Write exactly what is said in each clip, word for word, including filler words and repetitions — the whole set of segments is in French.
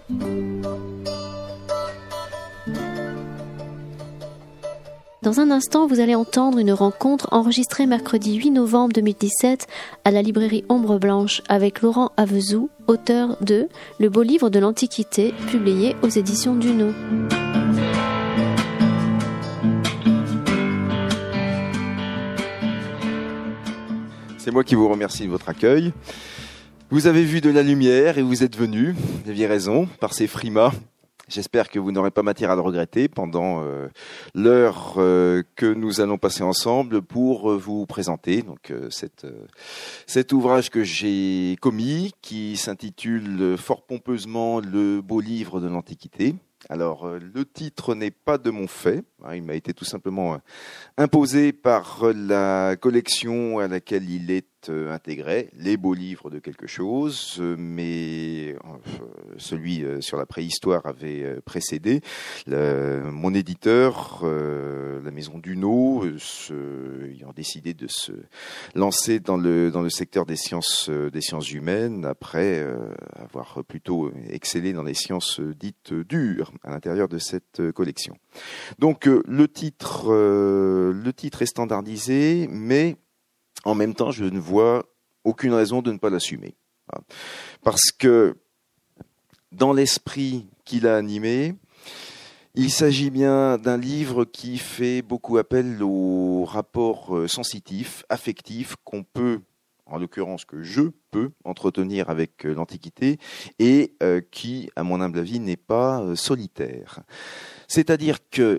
Dans un instant, vous allez entendre une rencontre enregistrée mercredi huit novembre deux mille dix-sept à la librairie Ombre Blanche avec Laurent Avezou, auteur de Le beau livre de l'Antiquité, publié aux éditions Duno. C'est moi qui vous remercie de votre accueil. Vous avez vu de la lumière et vous êtes venus, vous aviez raison, par ces frimas. J'espère que vous n'aurez pas matière à le regretter pendant euh, l'heure euh, que nous allons passer ensemble pour euh, vous présenter donc euh, cette, euh, cet ouvrage que j'ai commis qui s'intitule fort pompeusement Le beau livre de l'Antiquité. Alors, euh, le titre n'est pas de mon fait, hein, il m'a été tout simplement euh, imposé par euh, la collection à laquelle il est euh, intégré, les beaux livres de quelque chose, euh, mais euh, celui euh, sur la préhistoire avait euh, précédé. Le, mon éditeur, euh, la maison Duno, euh, se, ayant décidé de se lancer dans le, dans le secteur des sciences, euh, des sciences humaines, après euh, avoir plutôt excellé dans les sciences dites dures à l'intérieur de cette collection. Donc euh, le titre, euh, le titre est standardisé, mais en même temps, je ne vois aucune raison de ne pas l'assumer, parce que dans l'esprit qu'il a animé, il s'agit bien d'un livre qui fait beaucoup appel aux rapports sensitifs, affectifs qu'on peut, en l'occurrence que je peux entretenir avec l'Antiquité, et euh, qui, à mon humble avis, n'est pas euh, solitaire. C'est-à-dire que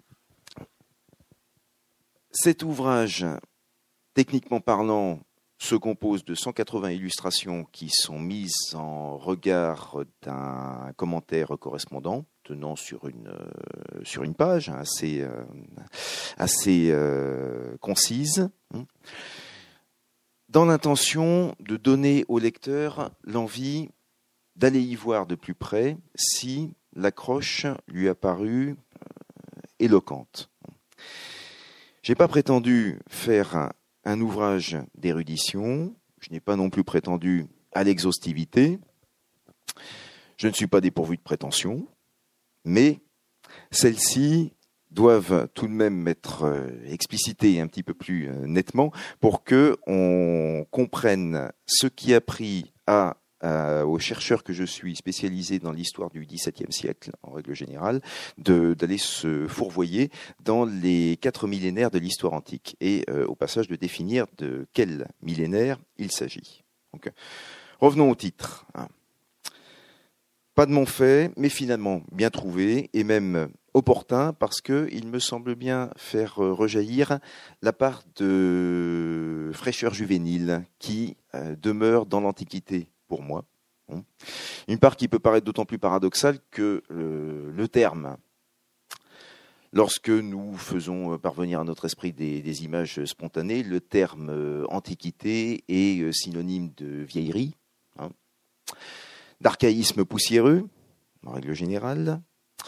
cet ouvrage, techniquement parlant, se compose de cent quatre-vingts illustrations qui sont mises en regard d'un commentaire correspondant, tenant sur une, euh, sur une page assez, euh, assez euh, concise, dans l'intention de donner au lecteur l'envie d'aller y voir de plus près si l'accroche lui a paru euh, éloquente. Je n'ai pas prétendu faire un, un ouvrage d'érudition, je n'ai pas non plus prétendu à l'exhaustivité, je ne suis pas dépourvu de prétention, mais celles-ci doivent tout de même être explicitées un petit peu plus nettement pour que on comprenne ce qui a pris à Euh, aux chercheurs que je suis, spécialisés dans l'histoire du dix-septième siècle, en règle générale, de, d'aller se fourvoyer dans les quatre millénaires de l'histoire antique et euh, au passage de définir de quel millénaire il s'agit. Donc, revenons au titre. Pas de mon fait, mais finalement bien trouvé et même opportun parce qu'il me semble bien faire rejaillir la part de fraîcheur juvénile qui euh, demeure dans l'Antiquité pour moi. Une part qui peut paraître d'autant plus paradoxale que euh, le terme, lorsque nous faisons parvenir à notre esprit des, des images spontanées, le terme euh, antiquité est euh, synonyme de vieillerie, hein, d'archaïsme poussiéreux, en règle générale.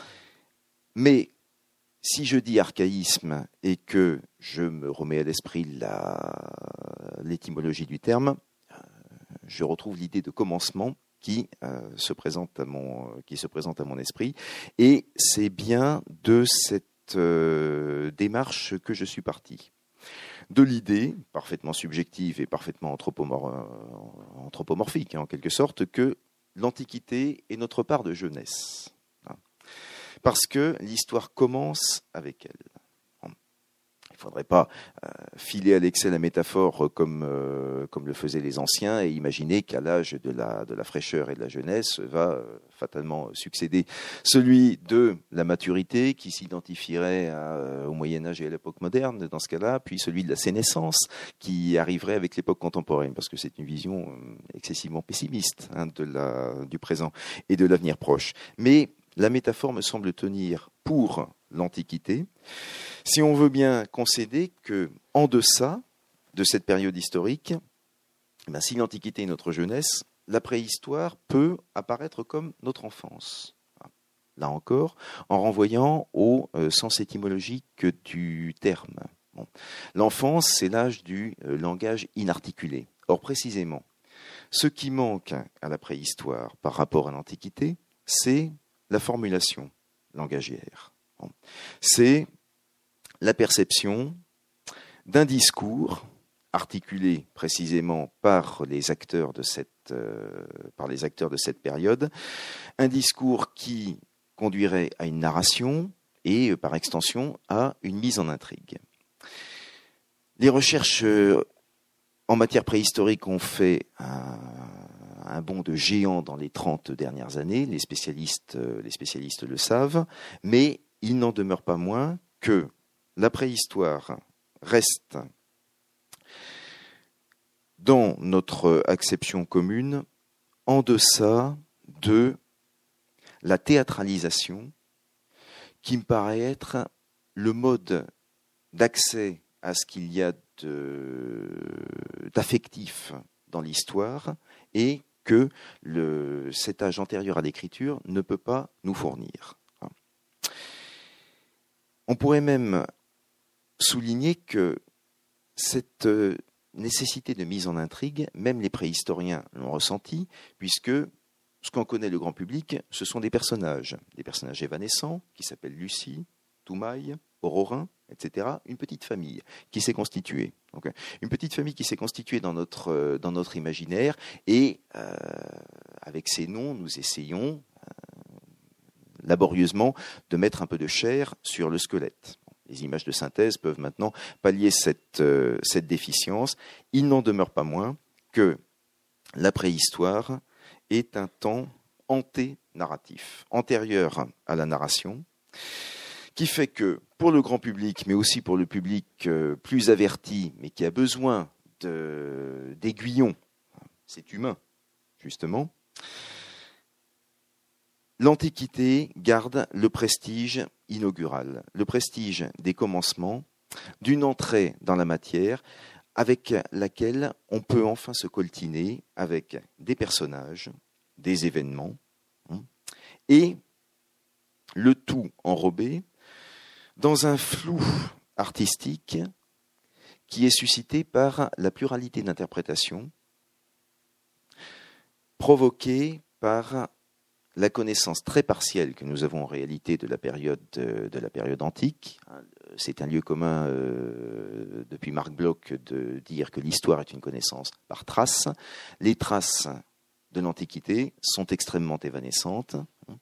Mais si je dis archaïsme et que je me remets à l'esprit la, l'étymologie du terme, je retrouve l'idée de commencement qui, euh, se présente à mon, qui se présente à mon esprit. Et c'est bien de cette euh, démarche que je suis parti. De l'idée, parfaitement subjective et parfaitement anthropomor- anthropomorphique, hein, en quelque sorte, que l'Antiquité est notre part de jeunesse. Hein, parce que l'histoire commence avec elle. Il ne faudrait pas euh, filer à l'excès la métaphore comme, euh, comme le faisaient les anciens et imaginer qu'à l'âge de la, de la fraîcheur et de la jeunesse va euh, fatalement succéder celui de la maturité qui s'identifierait à, euh, au Moyen-Âge et à l'époque moderne dans ce cas-là, puis celui de la sénescence qui arriverait avec l'époque contemporaine, parce que c'est une vision euh, excessivement pessimiste hein, de la, du présent et de l'avenir proche. Mais la métaphore me semble tenir pour l'Antiquité, si on veut bien concéder qu'en deçà de cette période historique, eh bien, si l'Antiquité est notre jeunesse, la préhistoire peut apparaître comme notre enfance. Là encore, en renvoyant au euh, sens étymologique du terme. Bon. L'enfance, c'est l'âge du euh, langage inarticulé. Or, précisément, ce qui manque à la préhistoire par rapport à l'Antiquité, c'est la formulation langagière. C'est la perception d'un discours articulé précisément par les acteurs de cette, euh, par les acteurs de cette période, un discours qui conduirait à une narration et, par extension, à une mise en intrigue. Les recherches en matière préhistorique ont fait un, un bond de géant dans les trente dernières années, les spécialistes, les spécialistes le savent, mais il n'en demeure pas moins que la préhistoire reste, dans notre acception commune, en deçà de la théâtralisation qui me paraît être le mode d'accès à ce qu'il y a de, d'affectif dans l'histoire et que le, cet âge antérieur à l'écriture ne peut pas nous fournir. On pourrait même souligner que cette nécessité de mise en intrigue, même les préhistoriens l'ont ressenti, puisque ce qu'en connaît le grand public, ce sont des personnages, des personnages évanescents qui s'appellent Lucie, Toumaï, Aurorin, et cetera. Une petite famille qui s'est constituée. Donc, une petite famille qui s'est constituée dans notre, dans notre imaginaire et euh, avec ces noms, nous essayons euh, laborieusement de mettre un peu de chair sur le squelette. Les images de synthèse peuvent maintenant pallier cette, euh, cette déficience. Il n'en demeure pas moins que la préhistoire est un temps anté-narratif, antérieur à la narration, qui fait que pour le grand public, mais aussi pour le public euh, plus averti, mais qui a besoin de, d'aiguillons, c'est humain, justement, l'Antiquité garde le prestige inaugural, le prestige des commencements, d'une entrée dans la matière avec laquelle on peut enfin se coltiner avec des personnages, des événements, hein, et le tout enrobé dans un flou artistique qui est suscité par la pluralité d'interprétations provoquée par la connaissance très partielle que nous avons en réalité de la période, de la période antique. C'est un lieu commun euh, depuis Marc Bloch de dire que l'histoire est une connaissance par traces. Les traces de l'Antiquité sont extrêmement évanescentes.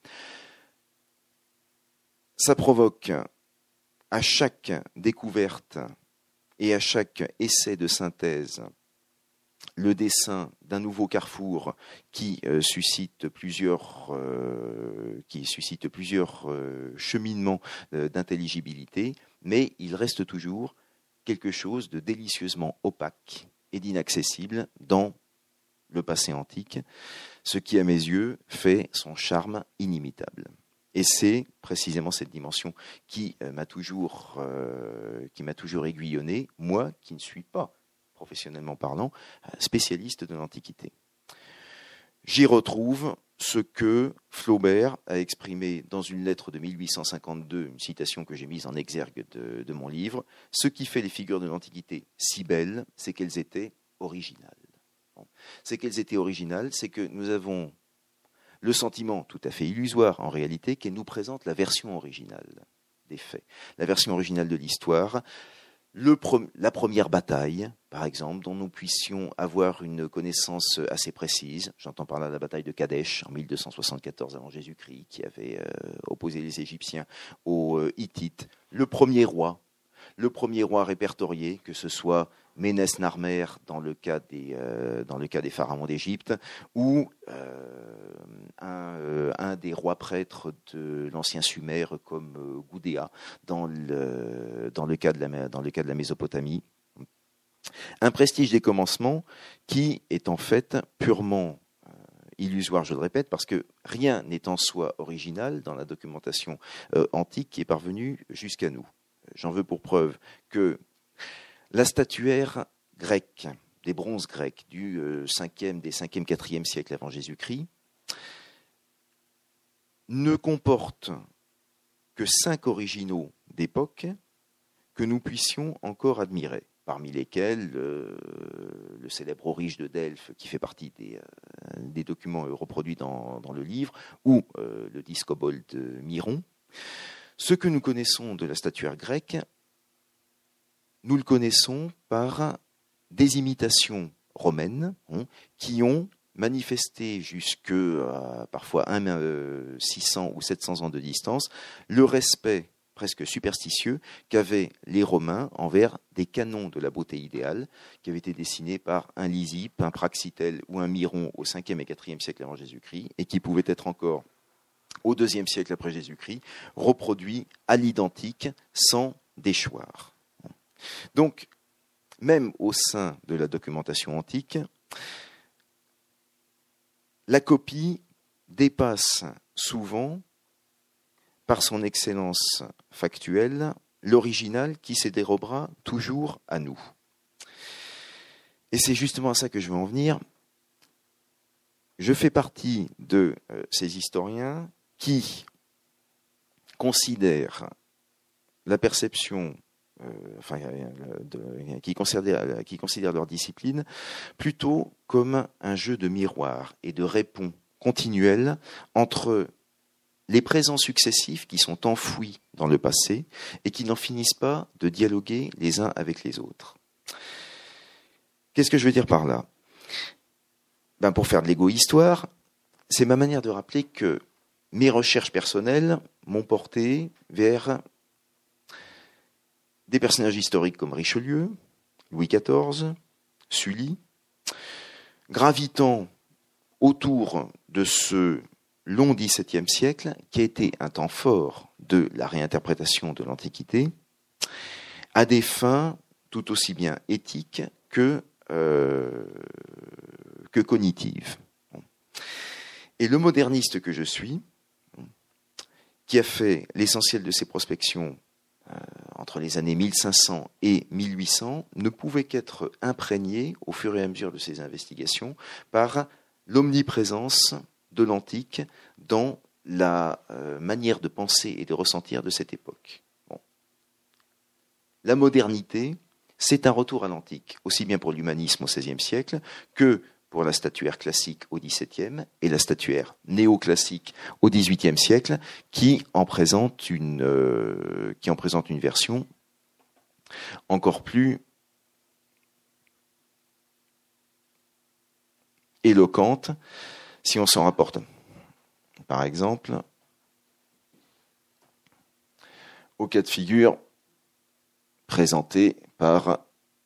Ça provoque à chaque découverte et à chaque essai de synthèse le dessin d'un nouveau carrefour qui euh, suscite plusieurs, euh, qui suscite plusieurs euh, cheminements euh, d'intelligibilité, mais il reste toujours quelque chose de délicieusement opaque et d'inaccessible dans le passé antique, ce qui, à mes yeux, fait son charme inimitable. Et c'est précisément cette dimension qui euh, m'a toujours, euh, qui m'a toujours aiguillonné, moi qui ne suis pas, professionnellement parlant, spécialiste de l'Antiquité. J'y retrouve ce que Flaubert a exprimé dans une lettre de mille huit cent cinquante-deux, une citation que j'ai mise en exergue de, de mon livre. Ce qui fait les figures de l'Antiquité si belles, c'est qu'elles étaient originales. Bon. C'est qu'elles étaient originales, c'est que nous avons le sentiment tout à fait illusoire en réalité qu'elle nous présente la version originale des faits, la version originale de l'histoire. Le pre- la première bataille, par exemple, dont nous puissions avoir une connaissance assez précise, j'entends par là la bataille de Kadesh en mille deux cent soixante-quatorze avant Jésus-Christ, qui avait euh, opposé les Égyptiens aux euh, Hittites. Le premier roi, le premier roi répertorié, que ce soit Ménès Narmer dans le cas des, euh, dans le cas des pharaons d'Égypte, ou euh, un, euh, un des rois prêtres de l'ancien Sumer comme euh, Gudea dans le, dans, le cas de la, dans le cas de la Mésopotamie. Un prestige des commencements qui est en fait purement euh, illusoire, je le répète, parce que rien n'est en soi original dans la documentation euh, antique qui est parvenue jusqu'à nous. J'en veux pour preuve que la statuaire grecque, des bronzes grecs du cinquième, des cinquième, quatrième siècle avant Jésus-Christ, ne comporte que cinq originaux d'époque que nous puissions encore admirer. parmi lesquels euh, le célèbre Orige de Delphes, qui fait partie des, euh, des documents reproduits dans, dans le livre, ou euh, le discobold de Myron. Ce que nous connaissons de la statuaire grecque, nous le connaissons par des imitations romaines hein, qui ont manifesté jusque à parfois six cents ou sept cents ans de distance le respect presque superstitieux qu'avaient les Romains envers des canons de la beauté idéale qui avaient été dessinés par un Lysippe, un Praxitèle ou un Myron au cinquième et quatrième siècle avant Jésus-Christ et qui pouvaient être encore au deuxième siècle après Jésus-Christ reproduits à l'identique sans déchoir. Donc, même au sein de la documentation antique, la copie dépasse souvent, par son excellence factuelle, l'original qui se dérobera toujours à nous. Et c'est justement à ça que je veux en venir. Je fais partie de euh, ces historiens qui considèrent la perception, euh, enfin, de, qui, considèrent, qui considèrent leur discipline plutôt comme un jeu de miroir et de répons continuels entre les présents successifs qui sont enfouis dans le passé et qui n'en finissent pas de dialoguer les uns avec les autres. Qu'est-ce que je veux dire par là ? Ben pour faire de l'égo-histoire, c'est ma manière de rappeler que mes recherches personnelles m'ont porté vers des personnages historiques comme Richelieu, Louis quatorze, Sully, gravitant autour de ce long dix-septième siècle, qui a été un temps fort de la réinterprétation de l'Antiquité, à des fins tout aussi bien éthiques que, euh, que cognitives. Et le moderniste que je suis, qui a fait l'essentiel de ses prospections euh, entre les années mille cinq cents et mille huit cents, ne pouvait qu'être imprégné, au fur et à mesure de ses investigations, par l'omniprésence de l'antique dans la euh, manière de penser et de ressentir de cette époque. Bon. La modernité, c'est un retour à l'antique, aussi bien pour l'humanisme au seizième siècle que pour la statuaire classique au dix-septième et la statuaire néoclassique au dix-huitième siècle, qui en présente une, euh, qui en présente une version encore plus éloquente, si on s'en rapporte, par exemple, au cas de figure présenté par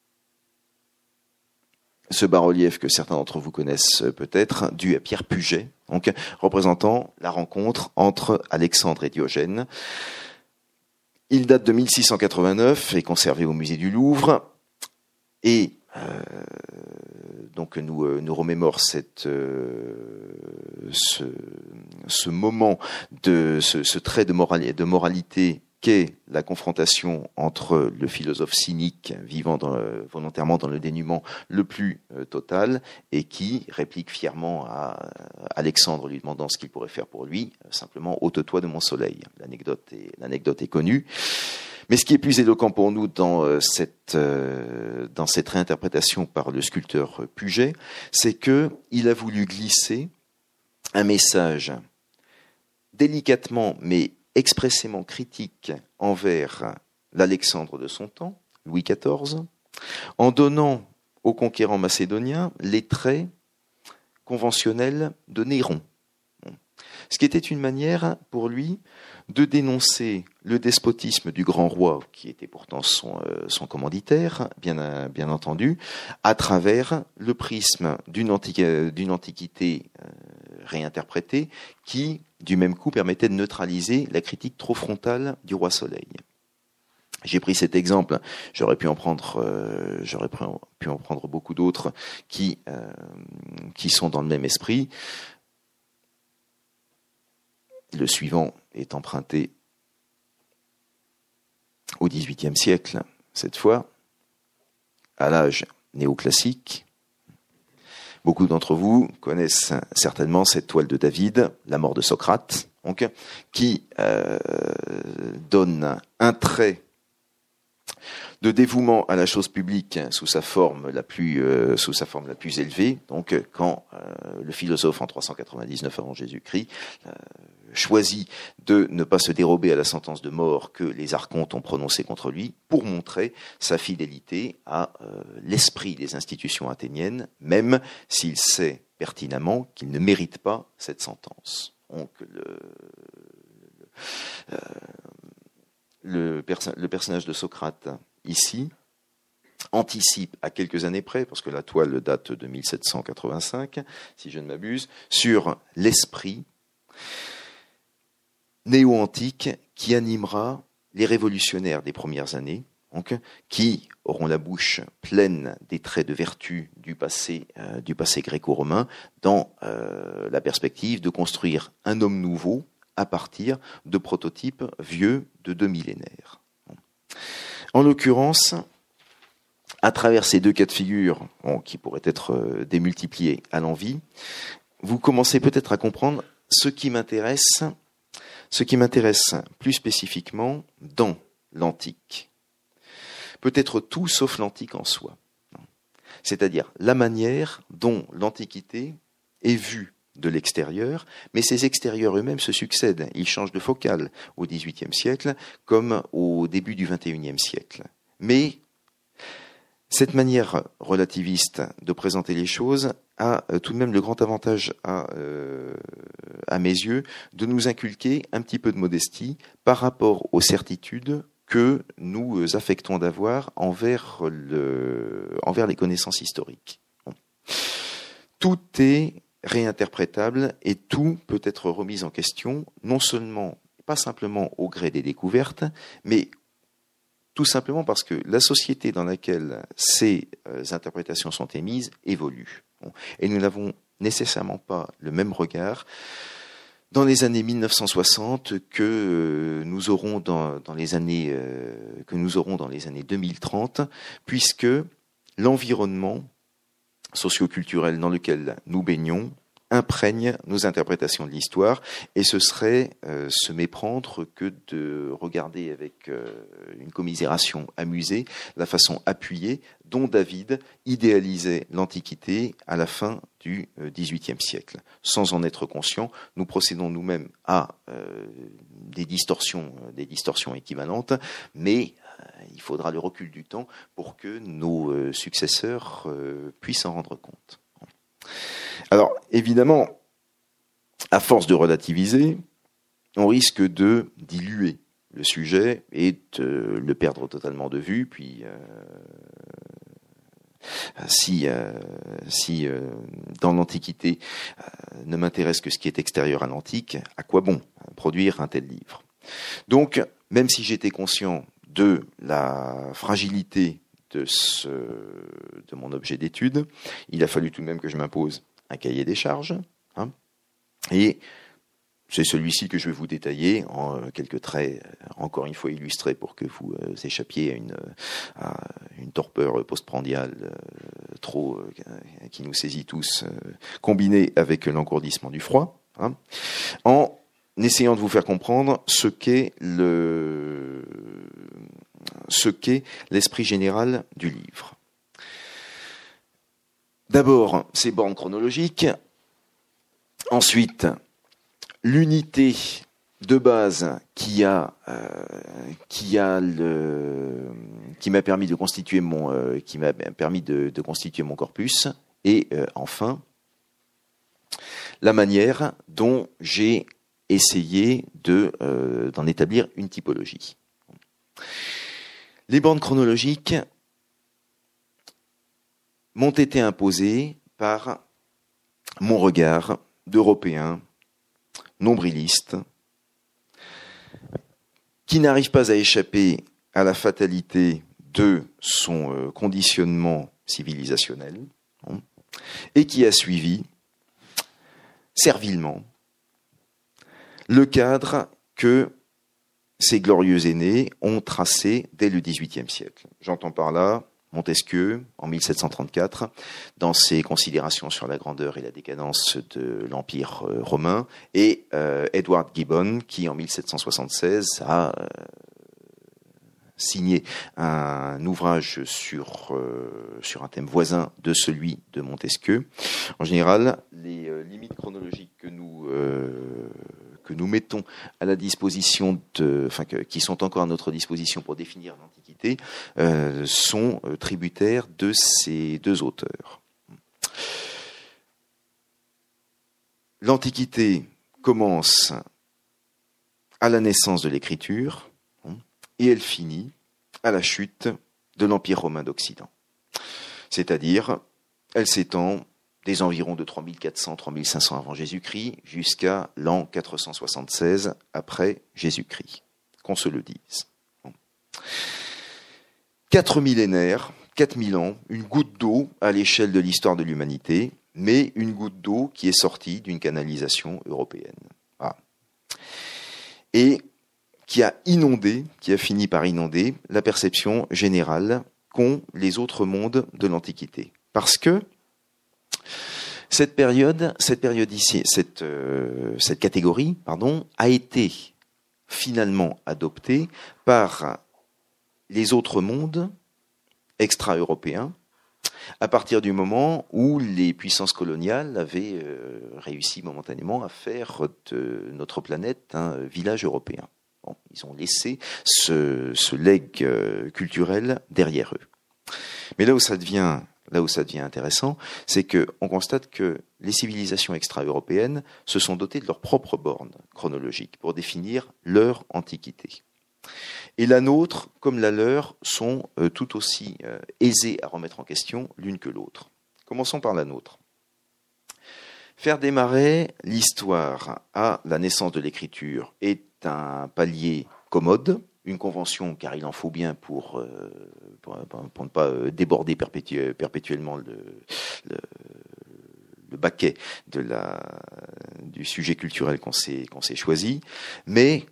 ce bas-relief que certains d'entre vous connaissent peut-être, dû à Pierre Puget, donc représentant la rencontre entre Alexandre et Diogène. Il date de mille six cent quatre-vingt-neuf et est conservé au musée du Louvre, et Euh, donc nous, euh, nous remémore cette, euh, ce, ce moment, de ce, ce trait de, morali- de moralité qu'est la confrontation entre le philosophe cynique vivant dans, euh, volontairement dans le dénuement le plus euh, total et qui réplique fièrement à euh, Alexandre lui demandant ce qu'il pourrait faire pour lui, euh, simplement « ôte-toi de mon soleil ». L'anecdote est, l'anecdote est connue. Mais ce qui est plus éloquent pour nous dans cette, euh, dans cette réinterprétation par le sculpteur Puget, c'est qu'il a voulu glisser un message délicatement mais expressément critique envers l'Alexandre de son temps, Louis quatorze, en donnant aux conquérants macédoniens les traits conventionnels de Néron. Ce qui était une manière pour lui de dénoncer le despotisme du grand roi, qui était pourtant son, euh, son commanditaire, bien, bien entendu, à travers le prisme d'une, antiqu- d'une antiquité euh, réinterprétée qui, du même coup, permettait de neutraliser la critique trop frontale du roi Soleil. J'ai pris cet exemple, j'aurais pu en prendre, euh, j'aurais pu en prendre beaucoup d'autres qui, euh, qui sont dans le même esprit. Le suivant est emprunté au dix-huitième siècle, cette fois, à l'âge néoclassique. Beaucoup d'entre vous connaissent certainement cette toile de David, la mort de Socrate, donc, qui euh, donne un trait de dévouement à la chose publique sous sa forme la plus euh, sous sa forme la plus élevée. Donc quand euh, le philosophe en trois cent quatre-vingt-dix-neuf avant Jésus-Christ euh, choisit de ne pas se dérober à la sentence de mort que les archontes ont prononcée contre lui pour montrer sa fidélité à euh, l'esprit des institutions athéniennes, même s'il sait pertinemment qu'il ne mérite pas cette sentence. Donc le, le, euh, le, perso- le personnage de Socrate ici anticipe à quelques années près, parce que la toile date de mille sept cent quatre-vingt-cinq, si je ne m'abuse, sur l'esprit néo-antique qui animera les révolutionnaires des premières années, donc, qui auront la bouche pleine des traits de vertu du passé, euh, du passé gréco-romain, dans euh, la perspective de construire un homme nouveau à partir de prototypes vieux de deux millénaires. En l'occurrence, à travers ces deux cas de figure, bon, qui pourraient être euh, démultipliés à l'envi, vous commencez peut-être à comprendre ce qui m'intéresse, ce qui m'intéresse plus spécifiquement dans l'antique. Peut-être tout sauf l'antique en soi. C'est-à-dire la manière dont l'Antiquité est vue de l'extérieur, mais ces extérieurs eux-mêmes se succèdent. Ils changent de focale au dix-huitième siècle comme au début du vingt et unième siècle. Mais cette manière relativiste de présenter les choses a tout de même le grand avantage à, euh, à mes yeux de nous inculquer un petit peu de modestie par rapport aux certitudes que nous affectons d'avoir envers, le, envers les connaissances historiques. Bon. Tout est réinterprétable et tout peut être remis en question, non seulement, pas simplement au gré des découvertes, mais tout simplement parce que la société dans laquelle ces euh, interprétations sont émises évolue. Bon. Et nous n'avons nécessairement pas le même regard dans les années mille neuf cent soixante que euh, nous aurons dans, dans les années euh, que nous aurons dans les années deux mille trente, puisque l'environnement socio-culturel dans lequel nous baignons imprègne nos interprétations de l'histoire, et ce serait euh, se méprendre que de regarder avec euh, une commisération amusée la façon appuyée dont David idéalisait l'Antiquité à la fin du dix-huitième siècle. Sans en être conscient, nous procédons nous-mêmes à euh, des distorsions, des distorsions équivalentes, mais euh, il faudra le recul du temps pour que nos euh, successeurs euh, puissent s'en rendre compte. Alors, évidemment, à force de relativiser, on risque de diluer le sujet et de le perdre totalement de vue. Puis, euh, si, euh, si euh, dans l'Antiquité euh, ne m'intéresse que ce qui est extérieur à l'antique, à quoi bon produire un tel livre? Donc, même si j'étais conscient de la fragilité de, ce, de mon objet d'étude, il a fallu tout de même que je m'impose un cahier des charges, hein, et c'est celui-ci que je vais vous détailler en quelques traits, encore une fois illustrés pour que vous euh, échappiez à une, à une torpeur postprandiale euh, trop euh, qui nous saisit tous, euh, combinée avec l'engourdissement du froid, hein, en essayant de vous faire comprendre ce qu'est le ce qu'est l'esprit général du livre. D'abord, ces bornes chronologiques. Ensuite, l'unité de base qui a euh, qui a le qui m'a permis de constituer mon euh, qui m'a permis de, de constituer mon corpus. Et euh, enfin, la manière dont j'ai essayé de euh, d'en établir une typologie. Les bornes chronologiques m'ont été imposées par mon regard d'Européen nombriliste qui n'arrive pas à échapper à la fatalité de son conditionnement civilisationnel et qui a suivi servilement le cadre que ces glorieux aînés ont tracé dès le dix-huitième siècle. J'entends par là Montesquieu, en mille sept cent trente-quatre, dans ses considérations sur la grandeur et la décadence de l'Empire romain, et euh, Edward Gibbon, qui en mille sept cent soixante-seize a euh, signé un ouvrage sur, euh, sur un thème voisin de celui de Montesquieu. En général, les euh, limites chronologiques que nous, euh, que nous mettons à la disposition, de, enfin, que, qui sont encore à notre disposition pour définir l'Antiquité, euh, sont euh, tributaires de ces deux auteurs. L'Antiquité commence à la naissance de l'écriture et elle finit à la chute de l'Empire romain d'Occident. C'est-à-dire, elle s'étend des environs de trois mille quatre cents à trois mille cinq cents avant Jésus-Christ jusqu'à l'an quatre cent soixante-seize après Jésus-Christ, qu'on se le dise. Quatre millénaires, quatre mille ans, une goutte d'eau à l'échelle de l'histoire de l'humanité, mais une goutte d'eau qui est sortie d'une canalisation européenne. Ah. Et qui a inondé, qui a fini par inonder la perception générale qu'ont les autres mondes de l'Antiquité. Parce que cette période, cette période ici, cette, euh, cette catégorie, pardon, a été finalement adoptée par les autres mondes extra-européens, à partir du moment où les puissances coloniales avaient euh, réussi momentanément à faire de notre planète un village européen. Bon, ils ont laissé ce, ce legs euh, culturel derrière eux. Mais là où ça devient, là où ça devient intéressant, c'est qu'on constate que les civilisations extra-européennes se sont dotées de leurs propres bornes chronologiques pour définir leur antiquité. Et la nôtre, comme la leur, sont euh, tout aussi euh, aisées à remettre en question l'une que l'autre. Commençons par la nôtre. Faire démarrer l'histoire à la naissance de l'écriture est un palier commode, une convention, car il en faut bien pour, euh, pour, pour ne pas déborder perpétu- perpétuellement le, le, le baquet de la, du sujet culturel qu'on s'est, qu'on s'est choisi, mais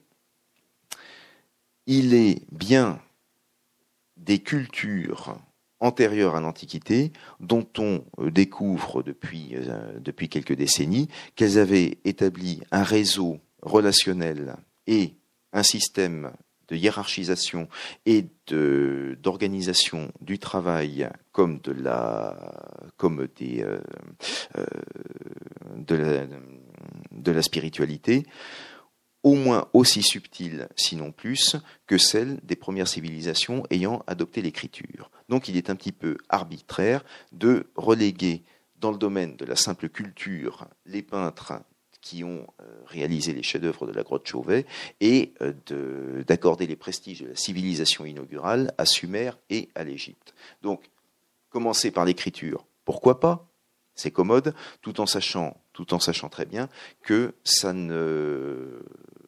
il est bien des cultures antérieures à l'Antiquité dont on découvre depuis, euh, depuis quelques décennies qu'elles avaient établi un réseau relationnel et un système de hiérarchisation et de, d'organisation du travail comme de la, comme des, euh, euh, de la, de la spiritualité, au moins aussi subtile, sinon plus, que celle des premières civilisations ayant adopté l'écriture. Donc il est un petit peu arbitraire de reléguer dans le domaine de la simple culture les peintres qui ont réalisé les chefs-d'œuvre de la grotte Chauvet et de, d'accorder les prestiges de la civilisation inaugurale à Sumer et à l'Égypte. Donc, commencer par l'écriture, pourquoi pas ? C'est commode, tout en sachant, tout en sachant très bien que ça ne,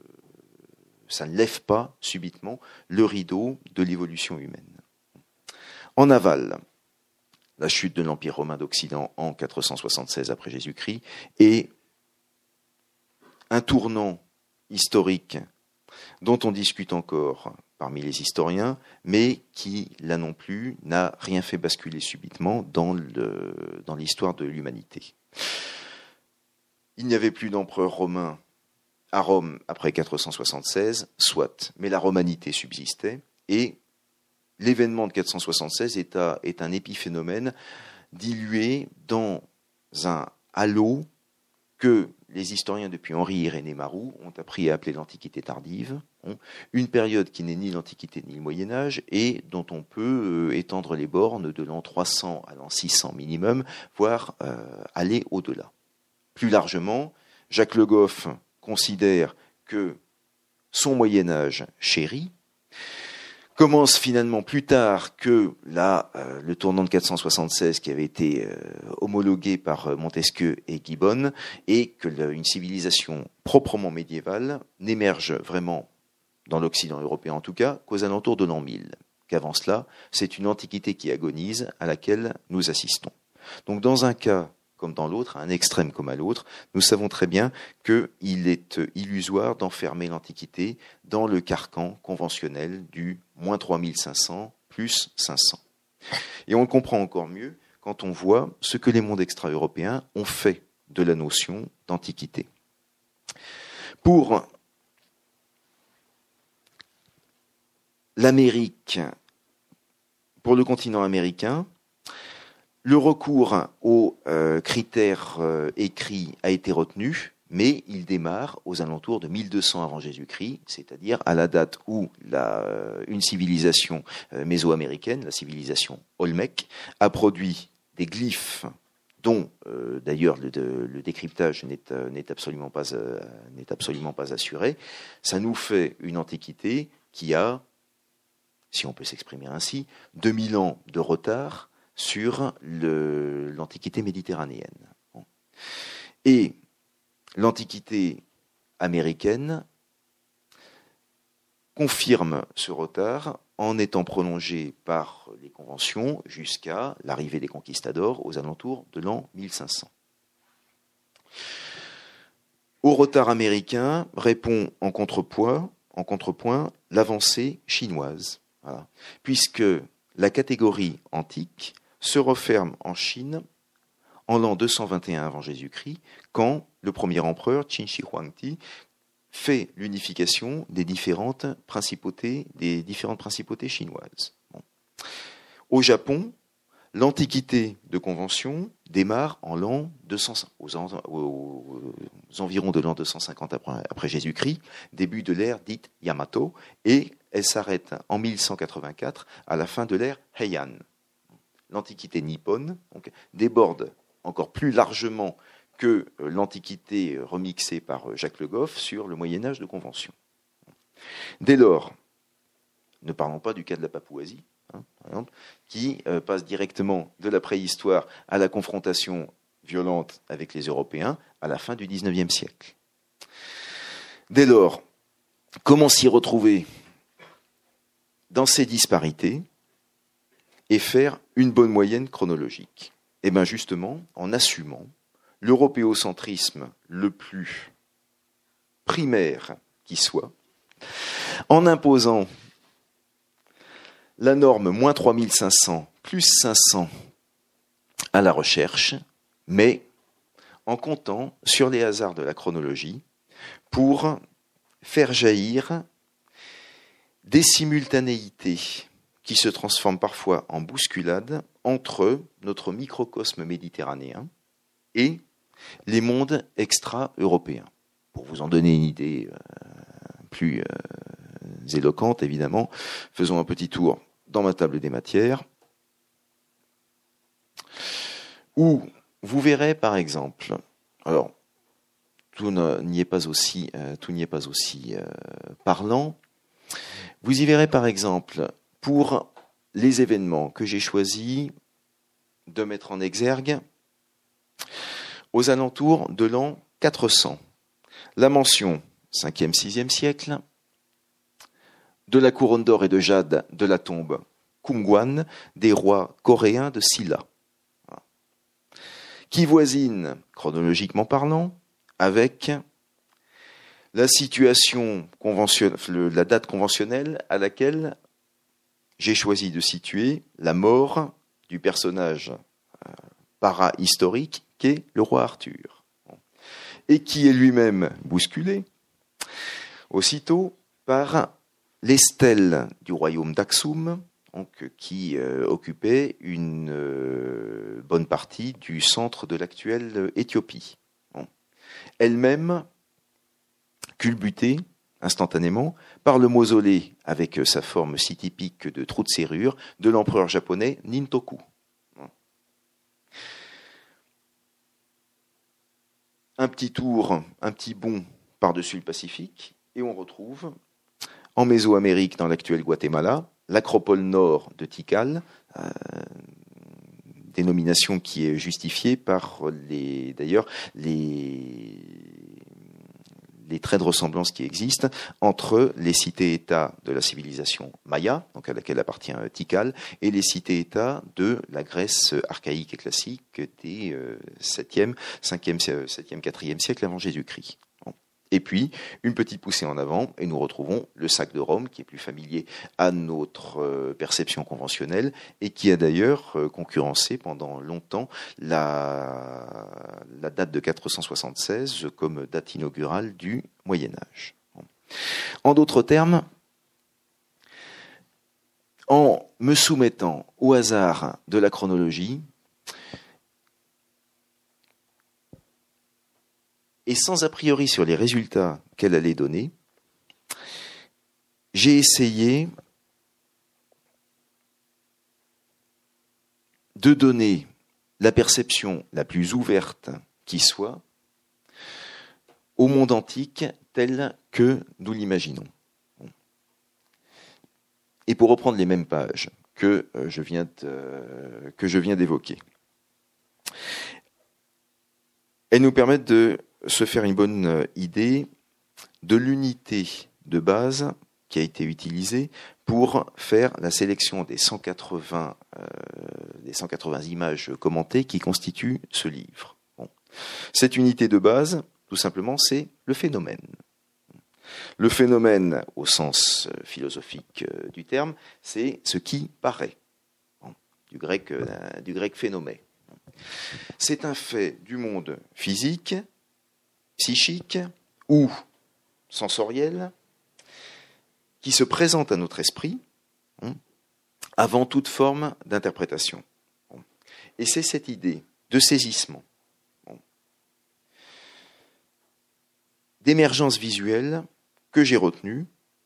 ça ne lève pas subitement le rideau de l'évolution humaine. En aval, la chute de l'Empire romain d'Occident en quatre cent soixante-seize après Jésus-Christ et un tournant historique dont on discute encore parmi les historiens, mais qui, là non plus, n'a rien fait basculer subitement dans, le, dans l'histoire de l'humanité. Il n'y avait plus d'empereur romain à Rome après quatre cent soixante-seize, soit, mais la romanité subsistait, et l'événement de quatre cent soixante-seize est, à, est un épiphénomène dilué dans un halo que les historiens depuis Henri-Irénée Marou ont appris à appeler l'Antiquité tardive, une période qui n'est ni l'Antiquité ni le Moyen-Âge et dont on peut étendre les bornes de l'an trois cents à l'an six cents minimum, voire euh, aller au-delà. Plus largement, Jacques Le Goff considère que son Moyen-Âge chéri commence finalement plus tard que la, euh, le tournant de quatre cent soixante-seize qui avait été euh, homologué par euh, Montesquieu et Gibbon, et que la, une civilisation proprement médiévale n'émerge vraiment, dans l'Occident européen en tout cas, qu'aux alentours de l'an mille. Qu'avant cela, c'est une antiquité qui agonise à laquelle nous assistons. Donc dans un cas comme dans l'autre, à un extrême comme à l'autre, nous savons très bien qu'il est illusoire d'enfermer l'Antiquité dans le carcan conventionnel du moins trois mille cinq cents plus cinq cents. Et on le comprend encore mieux quand on voit ce que les mondes extra-européens ont fait de la notion d'Antiquité. Pour l'Amérique, pour le continent américain, le recours aux euh, critères euh, écrits a été retenu, mais il démarre aux alentours de mille deux cents avant Jésus-Christ, c'est-à-dire à la date où la, euh, une civilisation euh, mésoaméricaine, la civilisation Olmec, a produit des glyphes dont euh, d'ailleurs le, de, le décryptage n'est, euh, n'est, absolument pas, euh, n'est absolument pas assuré. Ça nous fait une antiquité qui a, si on peut s'exprimer ainsi, deux mille ans de retard sur le, l'Antiquité méditerranéenne. Et l'Antiquité américaine confirme ce retard en étant prolongée par les conventions jusqu'à l'arrivée des conquistadors aux alentours de l'an mille cinq cents. Au retard américain répond en contrepoids, en contrepoint l'avancée chinoise, voilà. Puisque la catégorie antique se referme en Chine en l'an deux cent vingt et un avant Jésus-Christ, quand le premier empereur, Qin Shi Huangdi, fait l'unification des différentes principautés, des différentes principautés chinoises. Bon. Au Japon, l'Antiquité de Convention démarre en l'an deux cents, aux, en, aux, aux environs de l'an deux cent cinquante après, après Jésus-Christ, début de l'ère dite Yamato, et elle s'arrête en mille cent quatre-vingt-quatre à la fin de l'ère Heian. L'Antiquité nippone donc, déborde encore plus largement que l'Antiquité remixée par Jacques Le Goff sur le Moyen-Âge de Convention. Dès lors, ne parlons pas du cas de la Papouasie, hein, par exemple, qui euh, passe directement de la préhistoire à la confrontation violente avec les Européens à la fin du dix-neuvième siècle. Dès lors, comment s'y retrouver dans ces disparités et faire une bonne moyenne chronologique? Eh bien justement, en assumant l'européocentrisme le plus primaire qui soit, en imposant la norme moins trois mille cinq cents plus cinq cents à la recherche, mais en comptant sur les hasards de la chronologie pour faire jaillir des simultanéités qui se transforment parfois en bousculade entre notre microcosme méditerranéen et les mondes extra-européens. Pour vous en donner une idée euh, plus euh, éloquente, évidemment, faisons un petit tour dans ma table des matières, où vous verrez par exemple, alors tout n'y est pas aussi, euh, tout n'y est pas aussi euh, parlant, vous y verrez par exemple pour les événements que j'ai choisi de mettre en exergue aux alentours de l'an quatre cents. La mention cinquième sixième siècle de la couronne d'or et de jade de la tombe Kumgwan des rois coréens de Silla, qui voisine, chronologiquement parlant, avec la situation conventionnelle, la date conventionnelle à laquelle j'ai choisi de situer la mort du personnage para-historique qu'est le roi Arthur, et qui est lui-même bousculé aussitôt par les stèles du royaume d'Aksum, donc, qui euh, occupait une euh, bonne partie du centre de l'actuelle Éthiopie. Bon. Elle-même culbutée instantanément par le mausolée avec sa forme si typique de trou de serrure de l'empereur japonais Nintoku. Un petit tour, un petit bond par-dessus le Pacifique, et on retrouve en Mésoamérique, dans l'actuel Guatemala, l'acropole nord de Tikal, euh, dénomination qui est justifiée par les, d'ailleurs les, les traits de ressemblance qui existent entre les cités-États de la civilisation maya, donc à laquelle appartient Tikal, et les cités-États de la Grèce archaïque et classique des euh, septième, cinquième, septième, quatrième siècle avant Jésus-Christ. Bon. Et puis, une petite poussée en avant, et nous retrouvons le sac de Rome, qui est plus familier à notre euh, perception conventionnelle, et qui a d'ailleurs euh, concurrencé pendant longtemps la, la date de quatre cent soixante-seize comme date inaugurale du Moyen-Âge. Bon. En d'autres termes, en me soumettant au hasard de la chronologie et sans a priori sur les résultats qu'elle allait donner, j'ai essayé de donner la perception la plus ouverte qui soit au monde antique tel que nous l'imaginons. Et pour reprendre les mêmes pages que je viens de, que je viens d'évoquer, elles nous permettent de se faire une bonne idée de l'unité de base qui a été utilisée pour faire la sélection des cent quatre-vingts, euh, des cent quatre-vingts images commentées qui constituent ce livre. Bon. Cette unité de base, tout simplement, c'est le phénomène. Le phénomène, au sens philosophique du terme, c'est ce qui paraît, du grec, euh, du grec phénomé. C'est un fait du monde physique, psychique ou sensoriel qui se présente à notre esprit avant toute forme d'interprétation. Et c'est cette idée de saisissement, d'émergence visuelle que j'ai retenue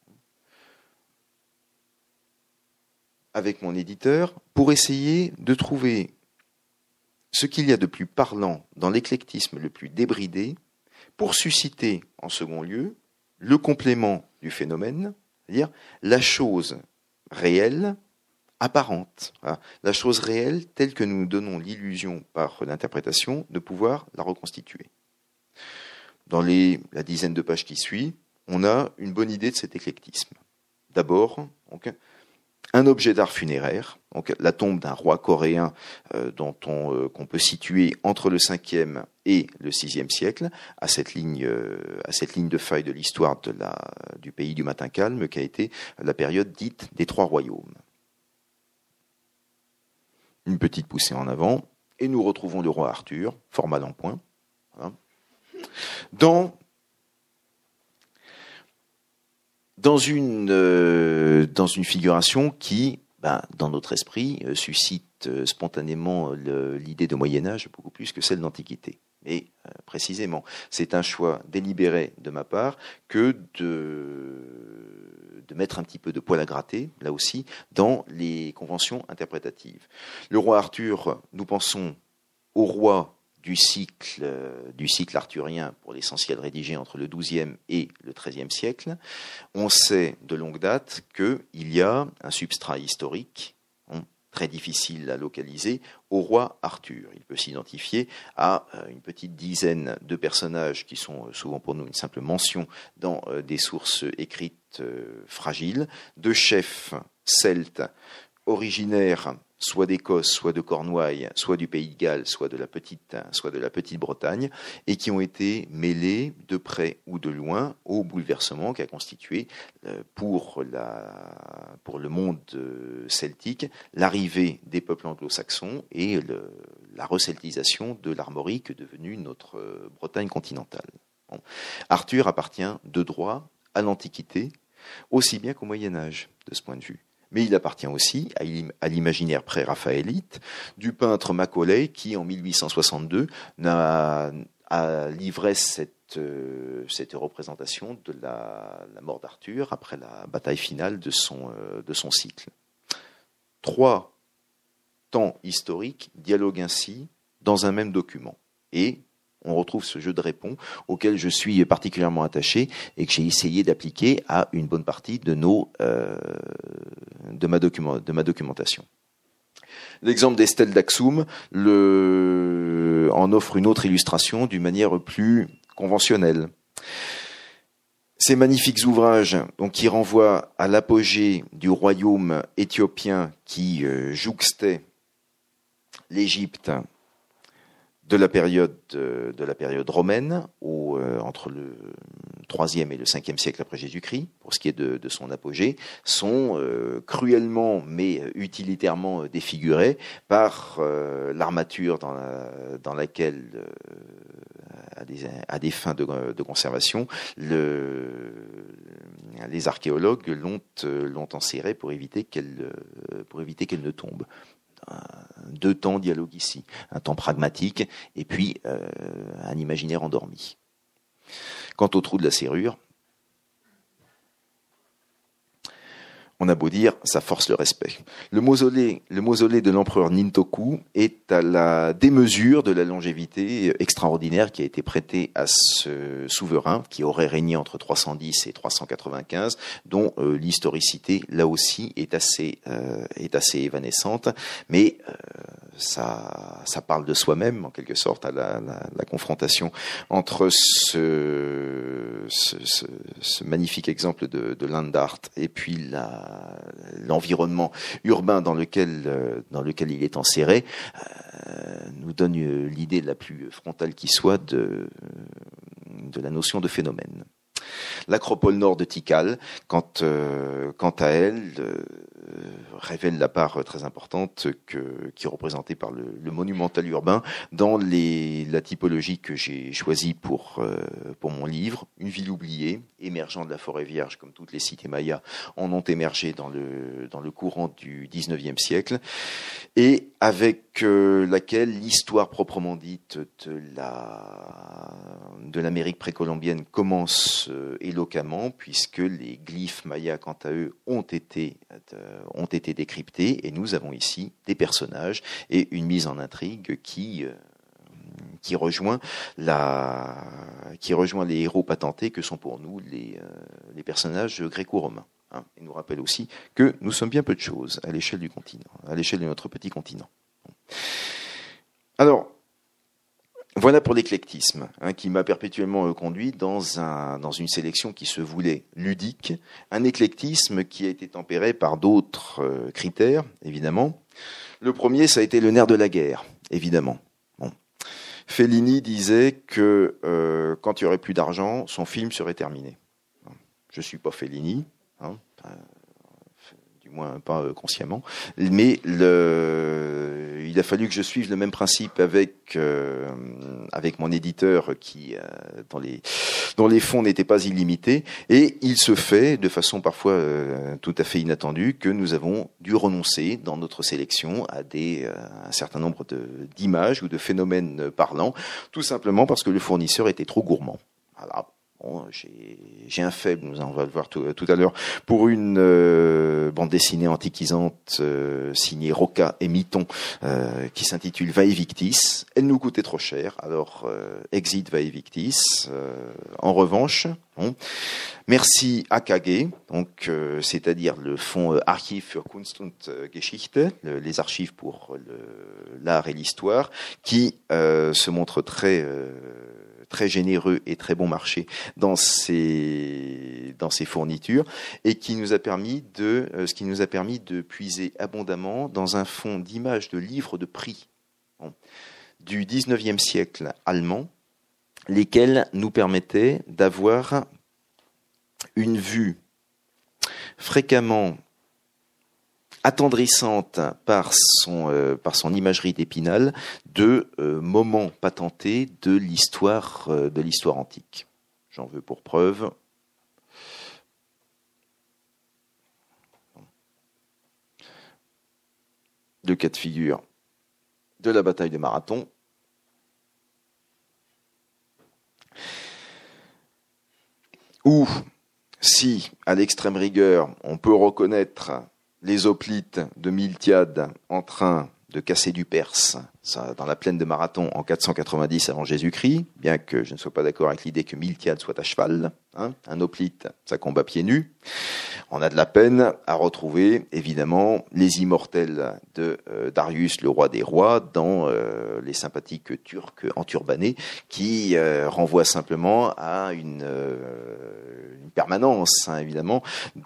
avec mon éditeur pour essayer de trouver ce qu'il y a de plus parlant dans l'éclectisme le plus débridé pour susciter en second lieu le complément du phénomène, c'est-à-dire la chose réelle, apparente, hein, la chose réelle telle que nous nous donnons l'illusion par l'interprétation de pouvoir la reconstituer. Dans les, la dizaine de pages qui suit, on a une bonne idée de cet éclectisme. D'abord, donc, un objet d'art funéraire, donc la tombe d'un roi coréen euh, dont on, euh, qu'on peut situer entre le cinquième et le sixième siècle, à cette ligne, euh, à cette ligne de faille de l'histoire de la, du pays du matin calme, qui a été la période dite des trois royaumes. Une petite poussée en avant, et nous retrouvons le roi Arthur, format en point, voilà, dans Dans une, euh, dans une figuration qui, ben, dans notre esprit, euh, suscite euh, spontanément le, l'idée de Moyen-Âge beaucoup plus que celle d'Antiquité. Mais euh, précisément, c'est un choix délibéré de ma part que de, de mettre un petit peu de poil à gratter, là aussi, dans les conventions interprétatives. Le roi Arthur, nous pensons au roi du cycle, euh, du cycle arthurien, pour l'essentiel rédigé entre le douzième et le treizième siècle. On sait de longue date qu'il y a un substrat historique, hein, très difficile à localiser, au roi Arthur. Il peut s'identifier à euh, une petite dizaine de personnages qui sont euh, souvent pour nous une simple mention dans euh, des sources écrites euh, fragiles, de chefs celtes originaires soit d'Écosse, soit de Cornouailles, soit du Pays de Galles, soit de la petite, soit de la petite Bretagne, et qui ont été mêlés de près ou de loin au bouleversement qu'a constitué pour, la, pour le monde celtique l'arrivée des peuples anglo-saxons et le, la receltisation de l'armorique devenue notre Bretagne continentale. Bon. Arthur appartient de droit à l'Antiquité, aussi bien qu'au Moyen-Âge, de ce point de vue. Mais il appartient aussi à l'imaginaire pré-raphaélite du peintre Macaulay qui, en mille huit cent soixante-deux, a, a livré cette, euh, cette représentation de la, la mort d'Arthur après la bataille finale de son, euh, de son cycle. Trois temps historiques dialoguent ainsi dans un même document. Et on retrouve ce jeu de réponse auquel je suis particulièrement attaché et que j'ai essayé d'appliquer à une bonne partie de, nos, euh, de, ma, document, de ma documentation. L'exemple des stèles d'Axum le, en offre une autre illustration d'une manière plus conventionnelle. Ces magnifiques ouvrages donc, qui renvoient à l'apogée du royaume éthiopien qui euh, jouxtait l'Égypte de la période de, de la période romaine, au, euh, entre le troisième et le cinquième siècle après Jésus-Christ, pour ce qui est de, de son apogée, sont euh, cruellement mais utilitairement défigurés par euh, l'armature dans, la, dans laquelle, euh, à, des, à des fins de, de conservation, le, les archéologues l'ont, l'ont enserrée pour éviter qu'elle, pour éviter qu'elle ne tombe. Deux temps dialoguent ici, un temps pragmatique et puis euh, un imaginaire endormi. Quant au trou de la serrure, on a beau dire, ça force le respect. Le mausolée, le mausolée de l'empereur Nintoku est à la démesure de la longévité extraordinaire qui a été prêtée à ce souverain qui aurait régné entre trois cent dix et trois cent quatre-vingt-quinze, dont euh, l'historicité, là aussi, est assez, euh, est assez évanescente, mais euh, ça, ça parle de soi-même, en quelque sorte, à la, la, la confrontation entre ce, ce, ce, ce magnifique exemple de, de land art et puis la l'environnement urbain dans lequel, dans lequel il est enserré, euh, nous donne l'idée la plus frontale qui soit de, de la notion de phénomène. L'acropole nord de Tikal, quant, euh, quant à elle, euh, révèle la part très importante que, qui est représentée par le, le monumental urbain dans les, la typologie que j'ai choisie pour, euh, pour mon livre. Une ville oubliée, émergeant de la forêt vierge, comme toutes les cités mayas en ont émergé dans le, dans le courant du dix-neuvième siècle, et avec euh, laquelle l'histoire proprement dite de, la, de l'Amérique précolombienne commence euh, éloquemment, puisque les glyphes mayas, quant à eux, ont été, euh, ont été décryptés, et nous avons ici des personnages et une mise en intrigue qui... Euh, qui rejoint la, qui rejoint les héros patentés que sont pour nous les, euh, les personnages gréco-romains. Hein, et nous rappelle aussi que nous sommes bien peu de choses à l'échelle du continent, à l'échelle de notre petit continent. Alors, voilà pour l'éclectisme, hein, qui m'a perpétuellement euh, conduit dans, un, dans une sélection qui se voulait ludique, un éclectisme qui a été tempéré par d'autres euh, critères, évidemment. Le premier, ça a été le nerf de la guerre, évidemment. Bon. Fellini disait que euh, quand il n'y aurait plus d'argent, son film serait terminé. Je ne suis pas Fellini, hein, euh, du moins pas euh, consciemment, mais le, il a fallu que je suive le même principe avec, euh, avec mon éditeur qui, euh, dont, les, dont les fonds n'étaient pas illimités, et il se fait, de façon parfois euh, tout à fait inattendue, que nous avons dû renoncer dans notre sélection à des, euh, un certain nombre de, d'images ou de phénomènes parlants, tout simplement parce que le fournisseur était trop gourmand. Voilà. Bon, j'ai, j'ai un faible, nous on va le voir tout, tout à l'heure, pour une euh, bande dessinée antiquisante euh, signée Rocca et Mitton euh, qui s'intitule Vae Victis. Elle nous coûtait trop cher, alors euh, exit Vae Victis. Euh, en revanche, bon, merci A K G, donc euh, c'est-à-dire le fonds euh, Archiv für Kunst und Geschichte, le, les archives pour le, l'art et l'histoire, qui euh, se montre très euh, très généreux et très bon marché dans ses, dans ses fournitures, et qui nous a permis de, ce qui nous a permis de puiser abondamment dans un fonds d'images de livres de prix bon, du dix-neuvième siècle allemand, lesquels nous permettaient d'avoir une vue fréquemment attendrissante par son, euh, par son imagerie d'Épinal de euh, moments patentés de l'histoire, euh, de l'histoire antique. J'en veux pour preuve deux cas de figure de la bataille de Marathon. Où, si, à l'extrême rigueur, on peut reconnaître les hoplites de Miltiade en train de casser du Perse, ça, dans la plaine de Marathon en quatre cent quatre-vingt-dix avant Jésus-Christ, bien que je ne sois pas d'accord avec l'idée que Miltiade soit à cheval. Hein, un hoplite, ça combat pieds nus. On a de la peine à retrouver, évidemment, les immortels de euh, Darius, le roi des rois, dans euh, les sympathiques Turcs enturbanés, qui euh, renvoient simplement à une, euh, une permanence, hein, évidemment,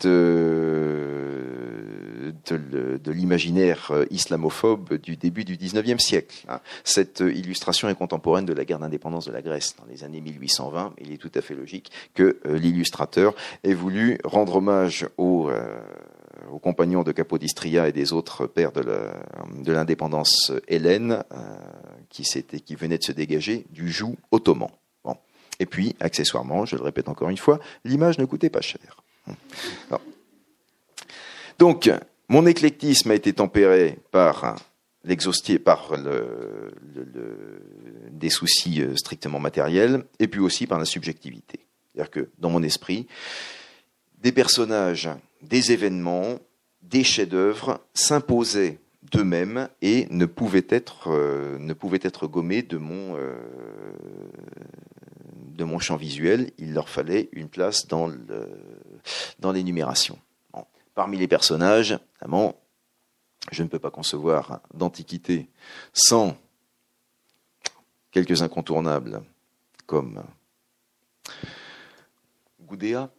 de, de, de l'imaginaire islamophobe du début du dix-neuvième siècle. Hein. Cette illustration est contemporaine de la guerre d'indépendance de la Grèce dans les années mille huit cent vingt. Il est tout à fait logique que euh, l'illustrateur ait voulu rendre hommage aux, euh, aux compagnons de Capodistria et des autres pères de, la, de l'indépendance hellène euh, qui, s'était, qui venaient de se dégager du joug ottoman. Bon. Et puis, accessoirement, je le répète encore une fois, l'image ne coûtait pas cher. Alors, donc, mon éclectisme a été tempéré par l'exhaustier, par le, le, le, des soucis strictement matériels, et puis aussi par la subjectivité. C'est-à-dire que, dans mon esprit, des personnages, des événements, des chefs-d'œuvre s'imposaient d'eux-mêmes et ne pouvaient être, euh, ne pouvaient être gommés de mon, euh, de mon champ visuel. Il leur fallait une place dans, le, dans l'énumération. Bon. Parmi les personnages, évidemment, je ne peux pas concevoir d'Antiquité sans quelques incontournables comme Gudea,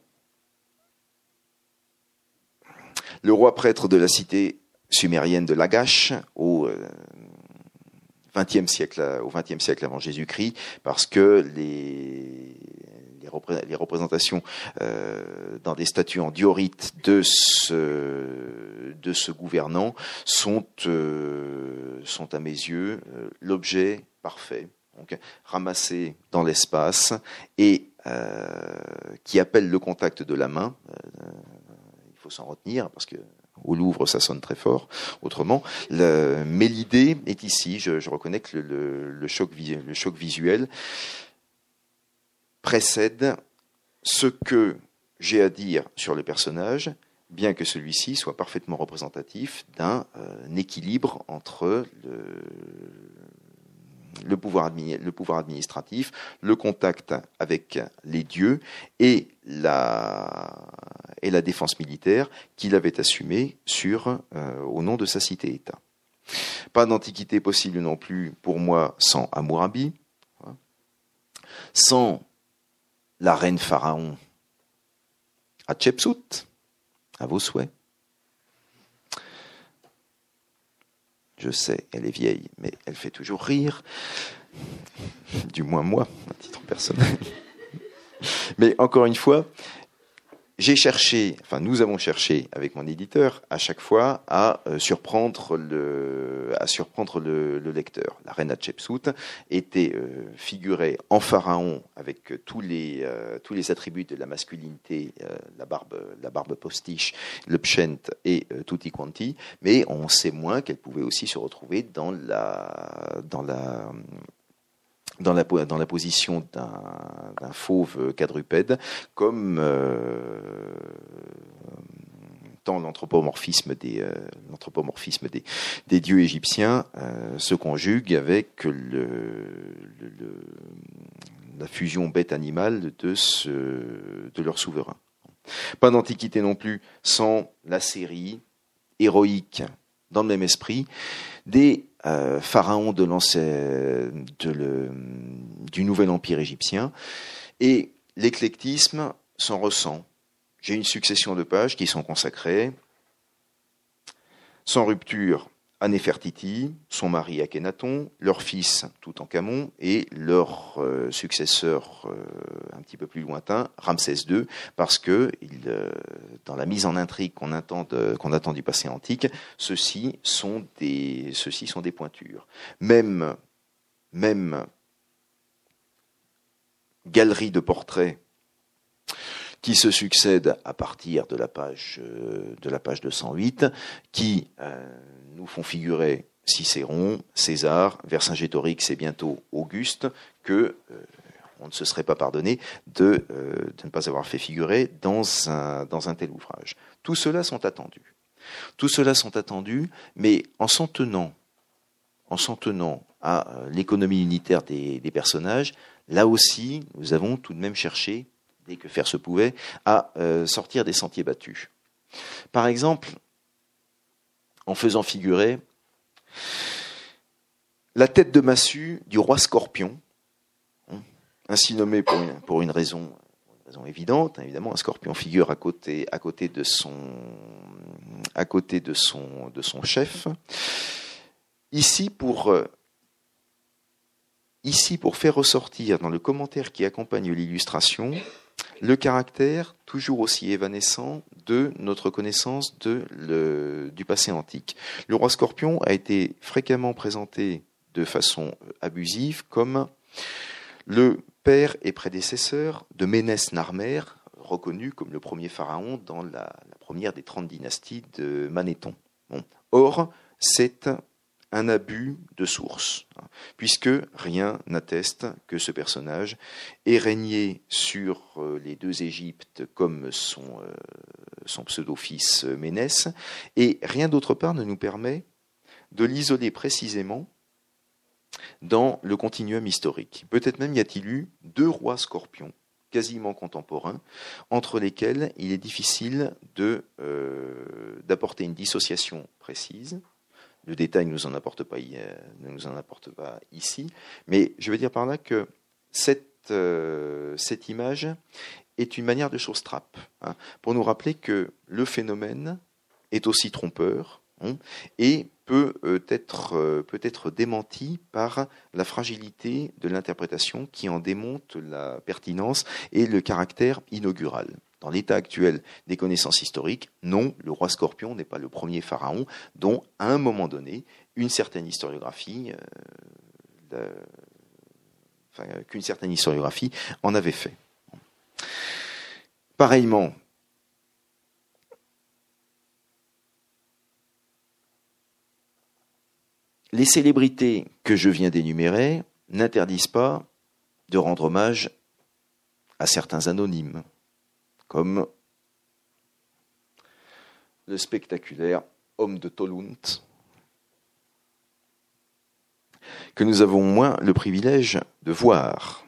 le roi prêtre de la cité sumérienne de Lagash au vingtième siècle, au vingtième siècle avant Jésus-Christ, parce que les, les, repré- les représentations euh, dans des statues en diorite de ce, de ce gouvernant sont, euh, sont à mes yeux euh, l'objet parfait, donc ramassé dans l'espace et euh, qui appelle le contact de la main. Euh, il faut s'en retenir parce que au Louvre, ça sonne très fort. Autrement, le, mais l'idée est ici. Je, je reconnais que le, le, le, choc, le choc visuel précède ce que j'ai à dire sur le personnage, bien que celui-ci soit parfaitement représentatif d'un euh, équilibre entre le, le, pouvoir, le pouvoir administratif, le contact avec les dieux et la, et la défense militaire qu'il avait assumée sur, euh, au nom de sa cité-État. Pas d'antiquité possible non plus pour moi sans Hammurabi, sans la reine pharaon Hatshepsut, à vos souhaits. Je sais, elle est vieille, mais elle fait toujours rire. Du moins moi, à titre personnel. Mais encore une fois, j'ai cherché, enfin nous avons cherché avec mon éditeur à chaque fois à euh, surprendre le, à surprendre le, le lecteur. La reine Hatshepsut était euh, figurée en pharaon avec tous les euh, tous les attributs de la masculinité, euh, la barbe, la barbe postiche, le pshent et euh, tutti quanti, mais on sait moins qu'elle pouvait aussi se retrouver dans la dans la Dans la, dans la position d'un, d'un fauve quadrupède, comme euh, tant l'anthropomorphisme des, euh, l'anthropomorphisme des, des dieux égyptiens euh, se conjugue avec le, le, le, la fusion bête-animale de, ce, de leur souverain. Pas d'antiquité non plus sans la série héroïque, dans le même esprit, des euh, pharaons de de le, du nouvel empire égyptien. Et l'éclectisme s'en ressent. J'ai une succession de pages qui sont consacrées, sans rupture, à Néfertiti, son mari Akhenaton, leur fils Toutankhamon et leur euh, successeur euh, un petit peu plus lointain, Ramsès deux, parce que il, euh, dans la mise en intrigue qu'on attend, de, qu'on attend du passé antique, ceux-ci sont des, ceux-ci sont des pointures. Même, même galerie de portraits qui se succèdent à partir de la page, euh, de la page deux cent huit, qui euh, nous font figurer Cicéron, César, Vercingétorix et bientôt Auguste, que euh, on ne se serait pas pardonné de, euh, de ne pas avoir fait figurer dans un, dans un tel ouvrage. Tout cela sont attendus. Tout cela sont attendus, mais en s'en tenant, en s'en tenant à euh, l'économie unitaire des, des personnages, là aussi, nous avons tout de même cherché, dès que faire se pouvait, à euh, sortir des sentiers battus. Par exemple, en faisant figurer la tête de massue du roi Scorpion, ainsi nommé pour une, pour une raison, une raison évidente. Évidemment, un scorpion figure à côté, à côté de son, à côté de son, de son chef. Ici, pour, ici, pour faire ressortir dans le commentaire qui accompagne l'illustration le caractère toujours aussi évanescent de notre connaissance de le, du passé antique. Le roi Scorpion a été fréquemment présenté de façon abusive comme le père et prédécesseur de Ménès Narmer, reconnu comme le premier pharaon dans la, la première des trente dynasties de Manéthon. Bon. Or, c'est un abus de source, hein, puisque rien n'atteste que ce personnage ait régné sur euh, les deux Égyptes comme son, euh, son pseudo-fils euh, Ménès, et rien d'autre part ne nous permet de l'isoler précisément dans le continuum historique. Peut-être même y a-t-il eu deux rois scorpions quasiment contemporains, entre lesquels il est difficile de, euh, d'apporter une dissociation précise. Le détail ne nous en apporte pas, ne nous en apporte pas ici, mais je veux dire par là que cette, euh, cette image est une manière de showstrap, hein, pour nous rappeler que le phénomène est aussi trompeur, hein, et peut être, euh, peut être démenti par la fragilité de l'interprétation qui en démonte la pertinence et le caractère inaugural. Dans l'état actuel des connaissances historiques, non, le roi Scorpion n'est pas le premier pharaon dont, à un moment donné, une certaine historiographie, euh, le, enfin, qu'une certaine historiographie en avait fait. Pareillement, les célébrités que je viens d'énumérer n'interdisent pas de rendre hommage à certains anonymes, comme le spectaculaire homme de Tolhunt, que nous avons moins le privilège de voir,